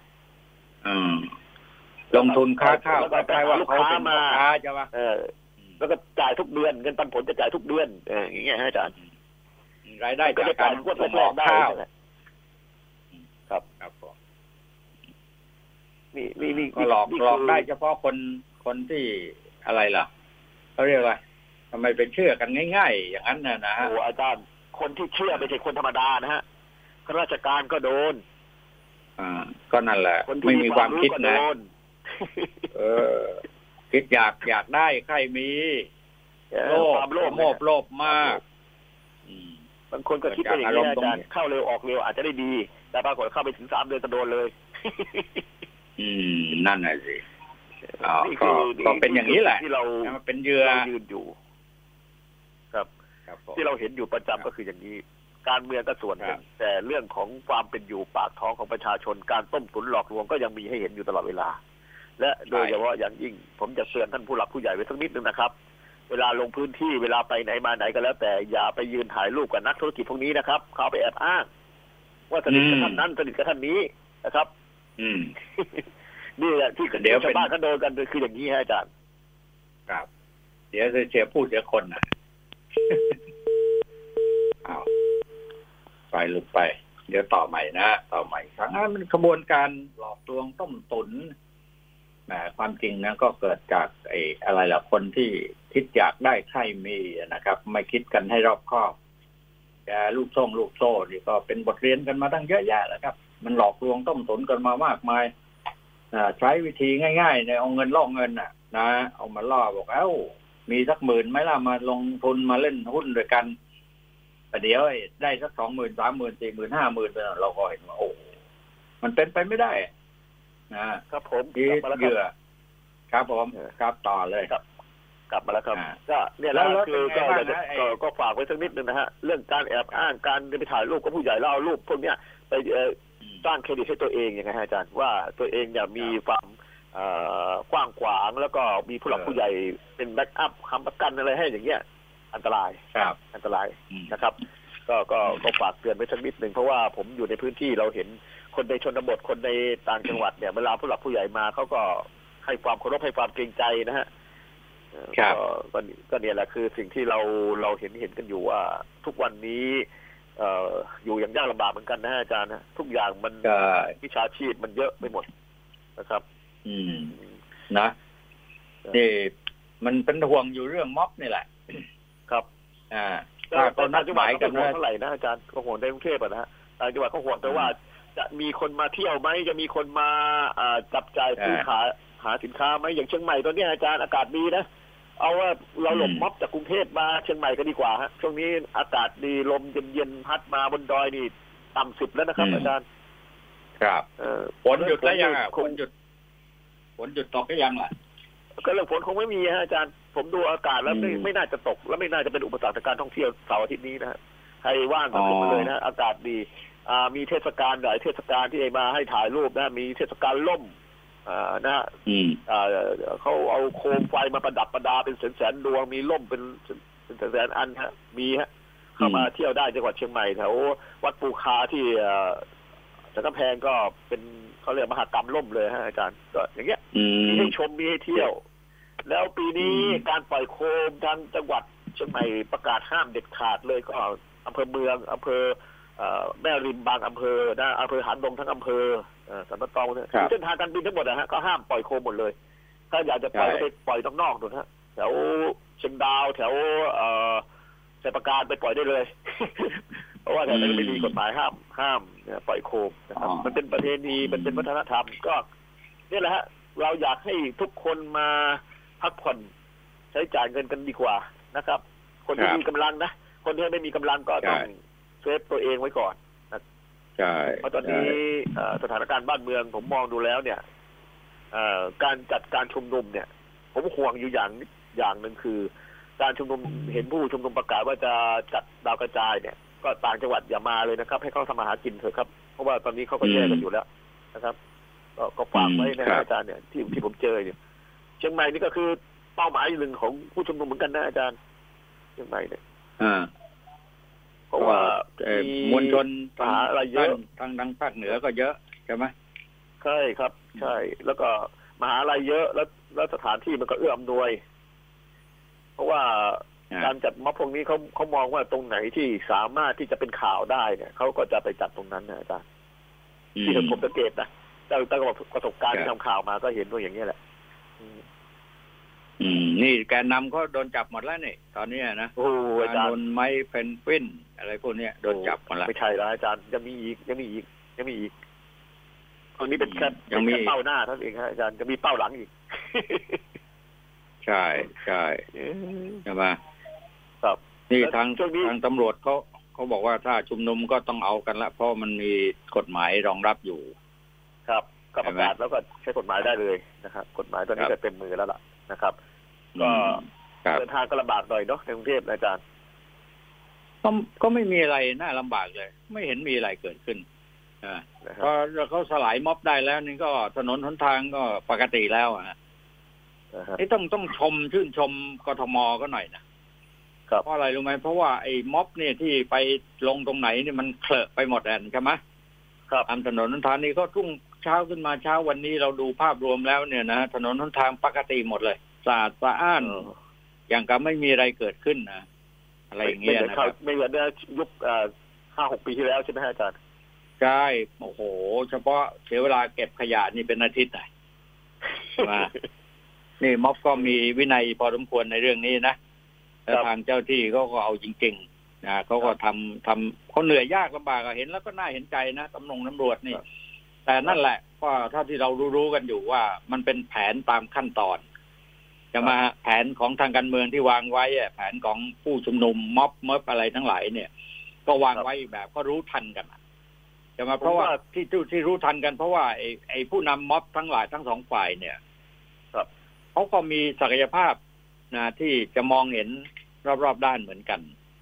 ลงทุนค้าข้าวก็แปลว่าเขาเป็นลูกค้าใช่ไหมแล้วก็จ่ายทุกเดือนเงินปันผลจะจ่ายทุกเดือนอย่างเงี้ยฮะอาจารย์รายได้จากการส่งออกข้าวครับนี่ก็หลอกได้เฉพาะคนที่อะไรล่ะเขาเรียกว่าทำไมเป็นเชื่อกันง่ายๆอย่างนั้นนะโอ้อาจารย์คนที่เชื่อไม่ใช่คนธรรมดานะฮะข้าราชการก็โดนก็นั่นแหละไม่มีความคิดนะคิดอยากได้ใครมีโลภมากบางคนก็คิดว่าอย่างนี้อาจารย์เข้าเร็วออกเร็วอาจจะได้ดีแต่ปรากฏเข้าไปถึง3 เดือนก็โดนเลยนั่นแหละสิก็เป็นอย่างนี้แหละที่เราเป็นเหยื่อยืนอยู่ครับที่เราเห็นอยู่ประจำก็คืออย่างนี้การเมืองก็ส่วนหนึ่งแต่เรื่องของความเป็นอยู่ปากท้องของประชาชนการต้มตุ๋นหลอกลวงก็ยังมีให้เห็นอยู่ตลอดเวลาและโดยเฉพาะอย่างยิ่งผมจะเตือนท่านผู้หลักผู้ใหญ่ไว้สักนิดนึงนะครับเวลาลงพื้นที่เวลาไปไหนมาไหนก็แล้วแต่อย่าไปยืนถ่ายรูปกับนักธุรกิจพวกนี้นะครับเขาไปแอบอ้างว่าสนิทกับท่านนั้นสนิทกับท่านนี้นะครับนี่แหละที่เดี๋ยวชาวบ้านเขาโดนกันคืออย่างนี้ฮะอาจารย์ครับเดี๋ยวเสียพูดเสียคนนะเอาไปหลุดไปเดี๋ยวต่อใหม่นะต่อใหม่ครั้งนั้นมันขบวนการหลอกลวงต้มตุ๋นความจริงนะก็เกิดจากอะไรล่ะคนที่คิดอยากได้ใครมีนะครับไม่คิดกันให้รอบคอบลูกโซ่นี่ก็เป็นบทเรียนกันมาตั้งเยอะแยะแล้วครับมันหลอกลวงต้มตุ๋นกันมามากมายใช้วิธีง่ายๆเนี่ยเอาเงินล่อเงินนะเอามาล่อบอกมีสัก10,000ไหมล่ะมาลงทุนมาเล่นหุ้นด้วยกันแต่เดี๋ยวได้สัก20,000 30,000 40,000 50,000เราก็เห็นว่าโอ้มันเป็นไปไม่ได้นะครับผมเหยื่อครับผมครับต่อเลยครับกลับมาแล้วครับก็เนี่ยแล้วคือก็ฝากไว้สักนิดนึงนะฮะเรื่องการแอบอ้างการไปถ่ายรูปกับผู้ใหญ่แล้วเอารูปพวกเนี้ยไปสร้างเครดิตให้ตัวเองยังไงฮะอาจารย์ว่าตัวเองเนี่ยมีความกว้างขวางแล้วก็มีผู้หลักผู้ใหญ่เป็นแบ็กอัพค้ำประกันอะไรให้อย่างเงี้ยอันตรายอันตรายนะครับก็ฝากเตือนไว้สักนิดนึงเพราะว่าผมอยู่ในพื้นที่เราเห็นคนในชนบทคนในต่างจังหวัดเนี่ยเวลาผู้หลักผู้ใหญ่มาเขาก็ให้ความเคารพให้ความเกรงใจนะฮะก็เนี่ยแหละคือสิ่งที่เราเห็นกันอยู่ว่าทุกวันนี้อยู่อย่างยากลำบากเหมือนกันนะอาจารย์นะทุกอย่างมันวิชาชีพมันเยอะไปหมดนะครับนะนี่มันเป็นห่วงอยู่เรื่องม็อบนี่แหละครับถ้าคนนัดหมายกันเท่าไหร่นะอาจารย์ก็ห่วงในกรุงเทพนะฮะต่างจังหวัดก็ห่วงแต่ว่าจะมีคนมาเที่ยวไหมจะมีคนมาจับจ่ายซื้อขายหาสินค้าไหมอย่างเชียงใหม่ตอนนี้อาจารย์อากาศดีนะเอาว่าเราหลบม็อบจากกรุงเทพมาเชียงใหม่ก็ดีกว่าฮะช่วงนี้อากาศดีลมเย็นๆพัดมาบนดอยนี่ต่ำ10แล้วนะครับอาจารย์ครับฝนหยุดแล้วยังฝนหยุดตกก็ยังล่ะก็เรื่องฝนคงไม่มีฮะอาจารย์ผมดูอากาศแล้วไม่น่าจะตกและไม่น่าจะเป็นอุปสรรคในการท่องเที่ยวเสาร์อาทิตย์นี้นะฮะให้ว่างกันไปเลยนะอากาศดีมีเทศกาลหลายเทศกาลที่มาให้ถ่ายรูปนะมีเทศกาลล่มนะเขาเอาโคมไฟมาประดับประดาเป็นแสนๆดวงมีล่มเป็นแสนๆอันฮะมีฮะเข้ามาเที่ยวได้จังหวัดเชียงใหม่แถววัดปูคาที่จักรแพงก็เป็นเขาเรียกมหกรรมล่มเลยฮะอาจารย์ก็อย่างเงี้ยมีให้ชมมีให้เที่ยวแล้วปีนี้การปล่อยโคมทางจังหวัดเชียงใหม่ประกาศห้ามเด็ดขาดเลยก็อำเภอเมืองอำเภอแม่ริมบางอำเภอนะอำเภอหางดงทั้งอำเภอสันปะตองเนี่ยเส้นทางการบินทั้งหมดนะฮะก็ห้ามปล่อยโคมหมดเลยถ้าอยากจะปล่อยก็ไปปล่อยนอกๆดูนะแถวเชียงดาวแถวชัยประการไปปล่อยได้เลยเพราะว่าแถวนั้นไม่มีกฎหมายห้ามปล่อยโคมนะครับมันเป็นประเพณีมันเป็นวัฒนธรรมก็นี่แหละฮะเราอยากให้ทุกคนมาพักผ่อนใช้จ่ายเงินกันดีกว่านะครับคนที่มีกำลังนะคนที่ไม่มีกำลังก็ต้องเซฟตัวเองไว้ก่อนนะใช่เพราะตอนนี้สถานการณ์บ้านเมืองผมมองดูแล้วเนี่ยการจัดการชุมนุมเนี่ยผมห่วงอยู่อย่างหนึ่งคือการชุมนุมเห็นผู้ชุมนุมประกาศว่าจะจัดดาวกระจายเนี่ยก็ต่างจังหวัดอย่ามาเลยนะครับให้เขาทำมาหากินเถอะครับเพราะว่าตอนนี้เขาก็แย่กันอยู่แล้วนะครับก็ฝากไว้นะอาจารย์เนี่ยที่ผมเจออยู่เชียงใหม่นี่ก็คือเป้าหมายหนึ่งของผู้ชุมนุมเหมือนกันนะอาจารย์เชียงใหม่เนี่ยเพราะว่ามวลชนมหาอะไรเยอะทางภาคเหนือก็เยอะใช่ไหมใช่ครับใช่แล้วก็มหาลัยเยอะแล้วสถานที่มันก็เอื้ออำนวยเพราะว่าการจัดม็อบพวกนี้เขามองว่าตรงไหนที่สามารถที่จะเป็นข่าวได้เนี่ยเขาก็จะไปจัดตรงนั้นนะอาจารย์ที่ผมสังเกตนะตั้งแต่ประสบการณ์ที่ทำข่าวมาก็เห็นว่าอย่างนี้แหละนี่แกนนำเขาโดนจับหมดแล้วนี่ตอนนี้นะโอ้อาจารย์โดนไม้เพนกวินอะไรพวกนี้โดนจับหมดแล้วไม่ใช่แล้วอาจารย์ยังมีอีกตอนนี้เป็นแค่เป้าหน้าเท่านั้นเองครับอาจารย์จะมีเป้าหลังอีกใช่ใช่ไหมครับนี่ทางตำรวจเขาบอกว่าถ้าชุมนุมก็ต้องเอากันละเพราะมันมีกฎหมายรองรับอยู่ครับก็ประกาศแล้วก็ใช้กฎหมายได้เลยนะครับกฎหมายตอนนี้จะเต็มมือแล้วล่ะนะครับก็เดินทางก็ลำบากหน่อยเนาะในกรุงเทพอาจารย์ก็ไม่มีอะไรน่าลำบากเลยไม่เห็นมีอะไรเกิดขึ้นพอเขาสลายม็อบได้แล้วนี่ก็ถนนหนทางก็ปกติแล้วนี่ต้องชื่นชมกทมก็หน่อยนะเพราะอะไรรู้ไหมเพราะว่าไอ้ม็อบเนี่ยที่ไปลงตรงไหนนี่มันเคลอะไปหมดใช่ไหมครับตามถนนหนทางนี้ก็รุ่งเช้าขึ้นมาเช้าวันนี้เราดูภาพรวมแล้วเนี่ยนะถนนหนทางปกติหมดเลยสะอาดสะอ้านอย่างกับไม่มีอะไรเกิดขึ้นนะอะไรอย่างเงี้ยนะครับไม่เหมือนยุค5-6 ปีที่แล้วใช่ไหมอาจารย์ใช่โอ้โหเฉพาะเสียเวลาเก็บขยะนี่เป็นอาทิตย์เลยมานี่ม็อบก็มีวินัยพอสมควรในเรื่องนี้นะแล้วทางเจ้าที่เขาก็เอาจริงๆนะเขาก็ทำเขาเหนื่อยยากลำบากเห็นแล้วก็น่าเห็นใจนะตำรวจนี่แต่นั่นแหละก็เท่าที่เรารู้กันอยู่ว่ามันเป็นแผนตามขั้นตอนจะมาแผนของทางการเมืองที่วางไว้แผนของผู้ชุมนุมม็อบอะไรทั้งหลายเนี่ยก็วางไว้แบบก็รู้ทันกันจะมาเพราะว่าที่รู้ทันกันเพราะว่าไอ้ผู้นำม็อบทั้งหลายทั้งสองฝ่ายเนี่ยเขาก็มีศักยภาพนะที่จะมองเห็นรอบๆด้านเหมือนกัน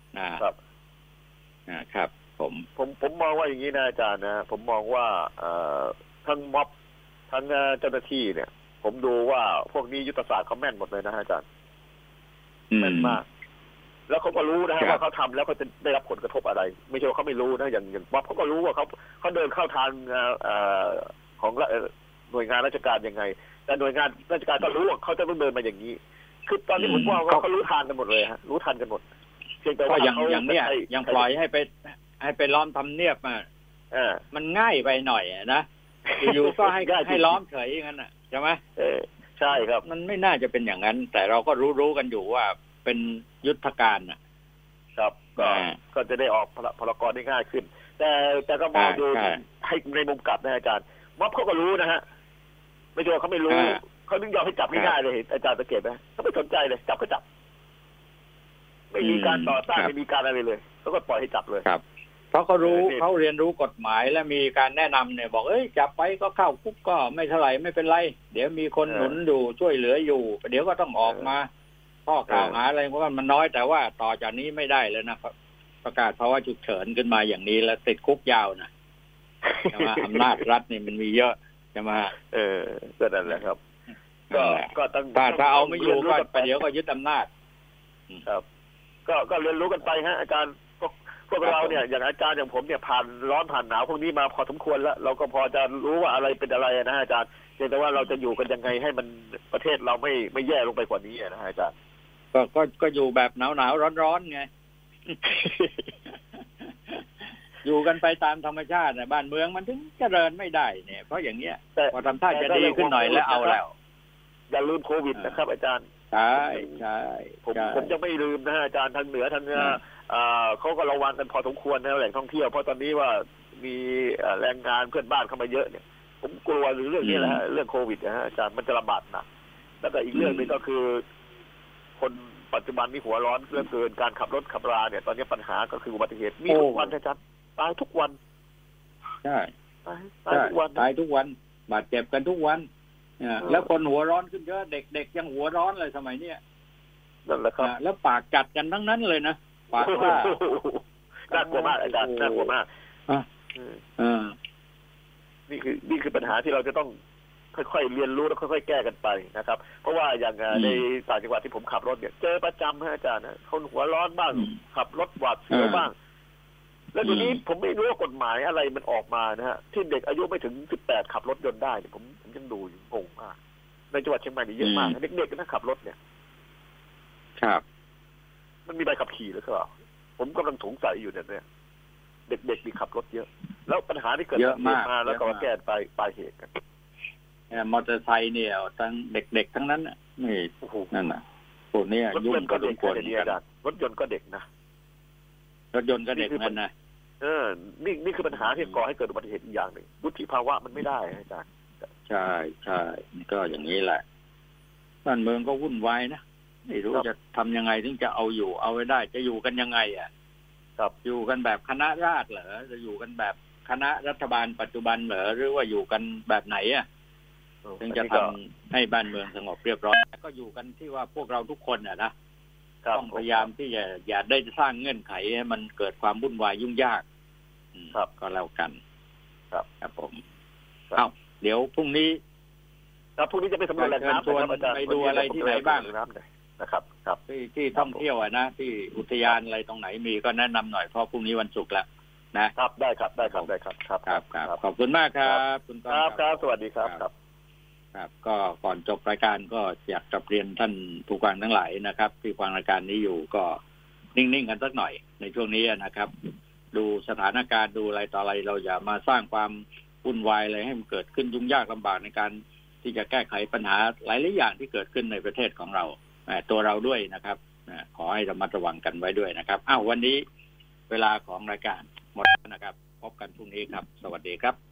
นะครับผมมองว่าอย่างนี้นะอาจารย์นะผมมองว่าทั้งม็อบทั้งเจ้าหน้าที่เนี่ยผมดูว่าพวกนี้ยุทธศาสตร์เขาแม่นหมดเลยนะอาจารย์แม่นมากแล้วเขาก็รู้นะว่าเขาทำแล้วเขาจะได้รับผลกระทบอะไรไม่ใช่ว่าเขาไม่รู้นะอย่างม็อบเขาก็รู้ว่าเขาเดินเข้าทางของหน่วยงานราชการยังไงแต่หน่วยงานราชการก็รู้ว่าเขาจะต้องเดินมาอย่างนี้คือตอนนี้ผมว่าเขารู้ทันกันหมดเลยฮะรู้ทันกันหมดเพียงแต่ว่าอย่างเนี้ยยังปล่อยให้ไปล้อมทำเนียบมามันง่ายไปหน่อยนะอยู่ก็ให้ล้อมเฉยอย่างนั้นน่ะใช่ไหมใช่ครับมันไม่น่าจะเป็นอย่างนั้นแต่เราก็รู้กันอยู่ว่าเป็นยุทธการนะครับก็จะได้ออกพลกรได้ง่ายขึ้นแต่ก็มองดูให้ในมุมกลับนะอาจารย์ม็อบเขาก็รู้นะฮะไม่ใช่ว่าเขาไม่รู้เขาถึงยอมให้จับง่ายๆเลยอาจารย์สังเกตไหมเขาไม่สนใจเลยจับก็จับไม่มีการต่อต้านไม่มีการอะไรเลยเขาก็ปล่อยให้จับเลยครับเพราะเขาเรียนรู้กฎหมายและมีการแนะนำเนี่ยบอกจับไปก็เข้าคุกก็ไม่เท่าไหร่ไม่เป็นไรเดี๋ยวมีคนหนุนอยู่ช่วยเหลืออยู่เดี๋ยวก็ต้องออกมาข้อกล่าวหาอะไรเพราะมันน้อยแต่ว่าต่อจากนี้ไม่ได้แล้วนะประกาศภาวะฉุกเฉินขึ้นมาอย่างนี้แล้วติดคุกยาวนะใช่ไหมอำนาจรัฐนี่มันมีเยอะใช่ไหมก็นั่นแหละครับก็ต้องถ้าเอาไม่อยู่ก็ไปเดี๋ยวก็ยึดอำนาจครับก็เรียนรู้กันไปฮะอาจารย์พวกเราเนี่ยอย่างอาจารย์อย่างผมเนี่ยผ่านร้อนผ่านหนาวพวกนี้มาพอสมควรแล้วเราก็พอจะรู้ว่าอะไรเป็นอะไรนะอาจารย์แต่ว่าเราจะอยู่กันยังไงให้มันประเทศเราไม่แย่ลงไปกว่านี้นะอาจารย์ก็อยู่แบบหนาวร้อนไง อยู่กันไปตามธรรมชาติบ้านเมืองมันถึงเจริญไม่ได้เนี่ยเพราะอย่างเงี้ยพอทำท่าจะดีขึ้นหน่อยแล้วเอาแล้วอย่าลืมโควิดนะครับอาจารย์ใช่ผมจะไม่ลืมนะอาจารย์ทางเหนือทางเขาก็ระวังกันพอสมควรนะแหล่งท่องเที่ยวเพราะตอนนี้ว่ามีแรงงานเพื่อนบ้านเข้ามาเยอะเนี่ยผมกลัวเรื่องนี้แหละเรื่องโควิดนะฮะอาจารย์มันจะระบาดหนักแล้วก็อีกเรื่องนึงก็คือคนปัจจุบันนี้หัวร้อนเรื่องเกินการขับรถขับราเนี่ยตอนนี้ปัญหาก็คืออุบัติเหตุมีทุกวันอาจารย์ตายทุกวันใช่ตายทุกวันบาดเจ็บกันทุกวันแล้วคนหัวร้อนขึ้นเยอะเด็กๆยังหัวร้อนเลยสมัยนี้นั่นแหละครับแล้วปากกัดกันทั้งนั้นเลยนะปากว่าน่ากลัวมากอาจารย์น่ากลัวมากนี่คือปัญหาที่เราจะต้องค่อยๆเรียนรู้แล้วค่อยๆแก้กันไปนะครับเพราะว่าอย่างในต่างจังหวัดที่ผมขับรถเนี่ยเจอประจำฮะอาจารย์นะคนหัวร้อนบ้างขับรถหวาดเสียวบ้างแล้วทีนี้ผมไม่รู้ว่ากฎหมายอะไรมันออกมานะฮะที่เด็กอายุไม่ถึง18ขับรถยนต์ได้เนี่ยผมยังดูอยู่งงมากในจังหวัดเชียงใหม่นี่เยอะมากเด็กๆนะขับรถเนี่ยครับมันมีใบขับขี่หรือเปล่าผมกำลังสงสัยอยู่เนี่ยเด็กๆมีขับรถเยอะแล้วปัญหาที่เกิดมาแล้วก็มาแก้ปลายเหตุกันมอเตอร์ไซค์เนี่ยทั้งเด็กๆทั้งนั้นนี่นั่นน่ะพวกนี้ยุ่งกับคนกันรถยนต์ก็เด็กนะรถยนต์ก็เด็กนั่นนะนี่คือปัญหาที่ก่อให้เกิดอุบัติเหตุอีกอย่างหนึ่งวุฒิภาวะมันไม่ได้อาจารย์ใช่ก็อย่างนี้แหละบ้านเมืองก็วุ่นวายนะไม่รู้จะทำยังไงถึงจะเอาไว้ได้จะอยู่กันยังไงครับอยู่กันแบบคณะราษฎรเหรอจะอยู่กันแบบคณะรัฐบาลปัจจุบันเหรอหรือว่าอยู่กันแบบไหนถึงจะทำให้บ้านเมืองสงบเรียบร้อยก็อยู่กันที่ว่าพวกเราทุกคนนะต้องพยายามที่จะอย่าได้สร้างเงื่อนไขให้มันเกิดความวุ่นวายยุ่งยากก็แล้วกันครับผมเดี๋ยวพรุ่งนี้จะไปสำรวจแหล่งน้ำไปดูอะไรที่ไหนบ้างนะครับที่ท่องเที่ยวนะที่อุทยานอะไรตรงไหนมีก็แนะนำหน่อยเพราะพรุ่งนี้วันศุกร์แล้วนะครับได้ครับขอบคุณมากครับคุณก้องครับสวัสดีครับครับก็ก่อนจบรายการก็อยากจะเรียนท่านผู้ฟังทั้งหลายนะครับที่ฟังรายการนี้อยู่ก็นิ่งๆกันสักหน่อยในช่วงนี้นะครับดูสถานการณ์ดูอะไรต่ออะไรเราอย่ามาสร้างความวุ่นวายอะไรให้มันเกิดขึ้นยุ่งยากลำบากในการที่จะแก้ไขปัญหาหลายๆอย่างที่เกิดขึ้นในประเทศของเราตัวเราด้วยนะครับขอให้ระมัดระวังกันไว้ด้วยนะครับวันนี้เวลาของรายการหมดแล้วนะครับพบกันพรุ่งนี้ครับสวัสดีครับ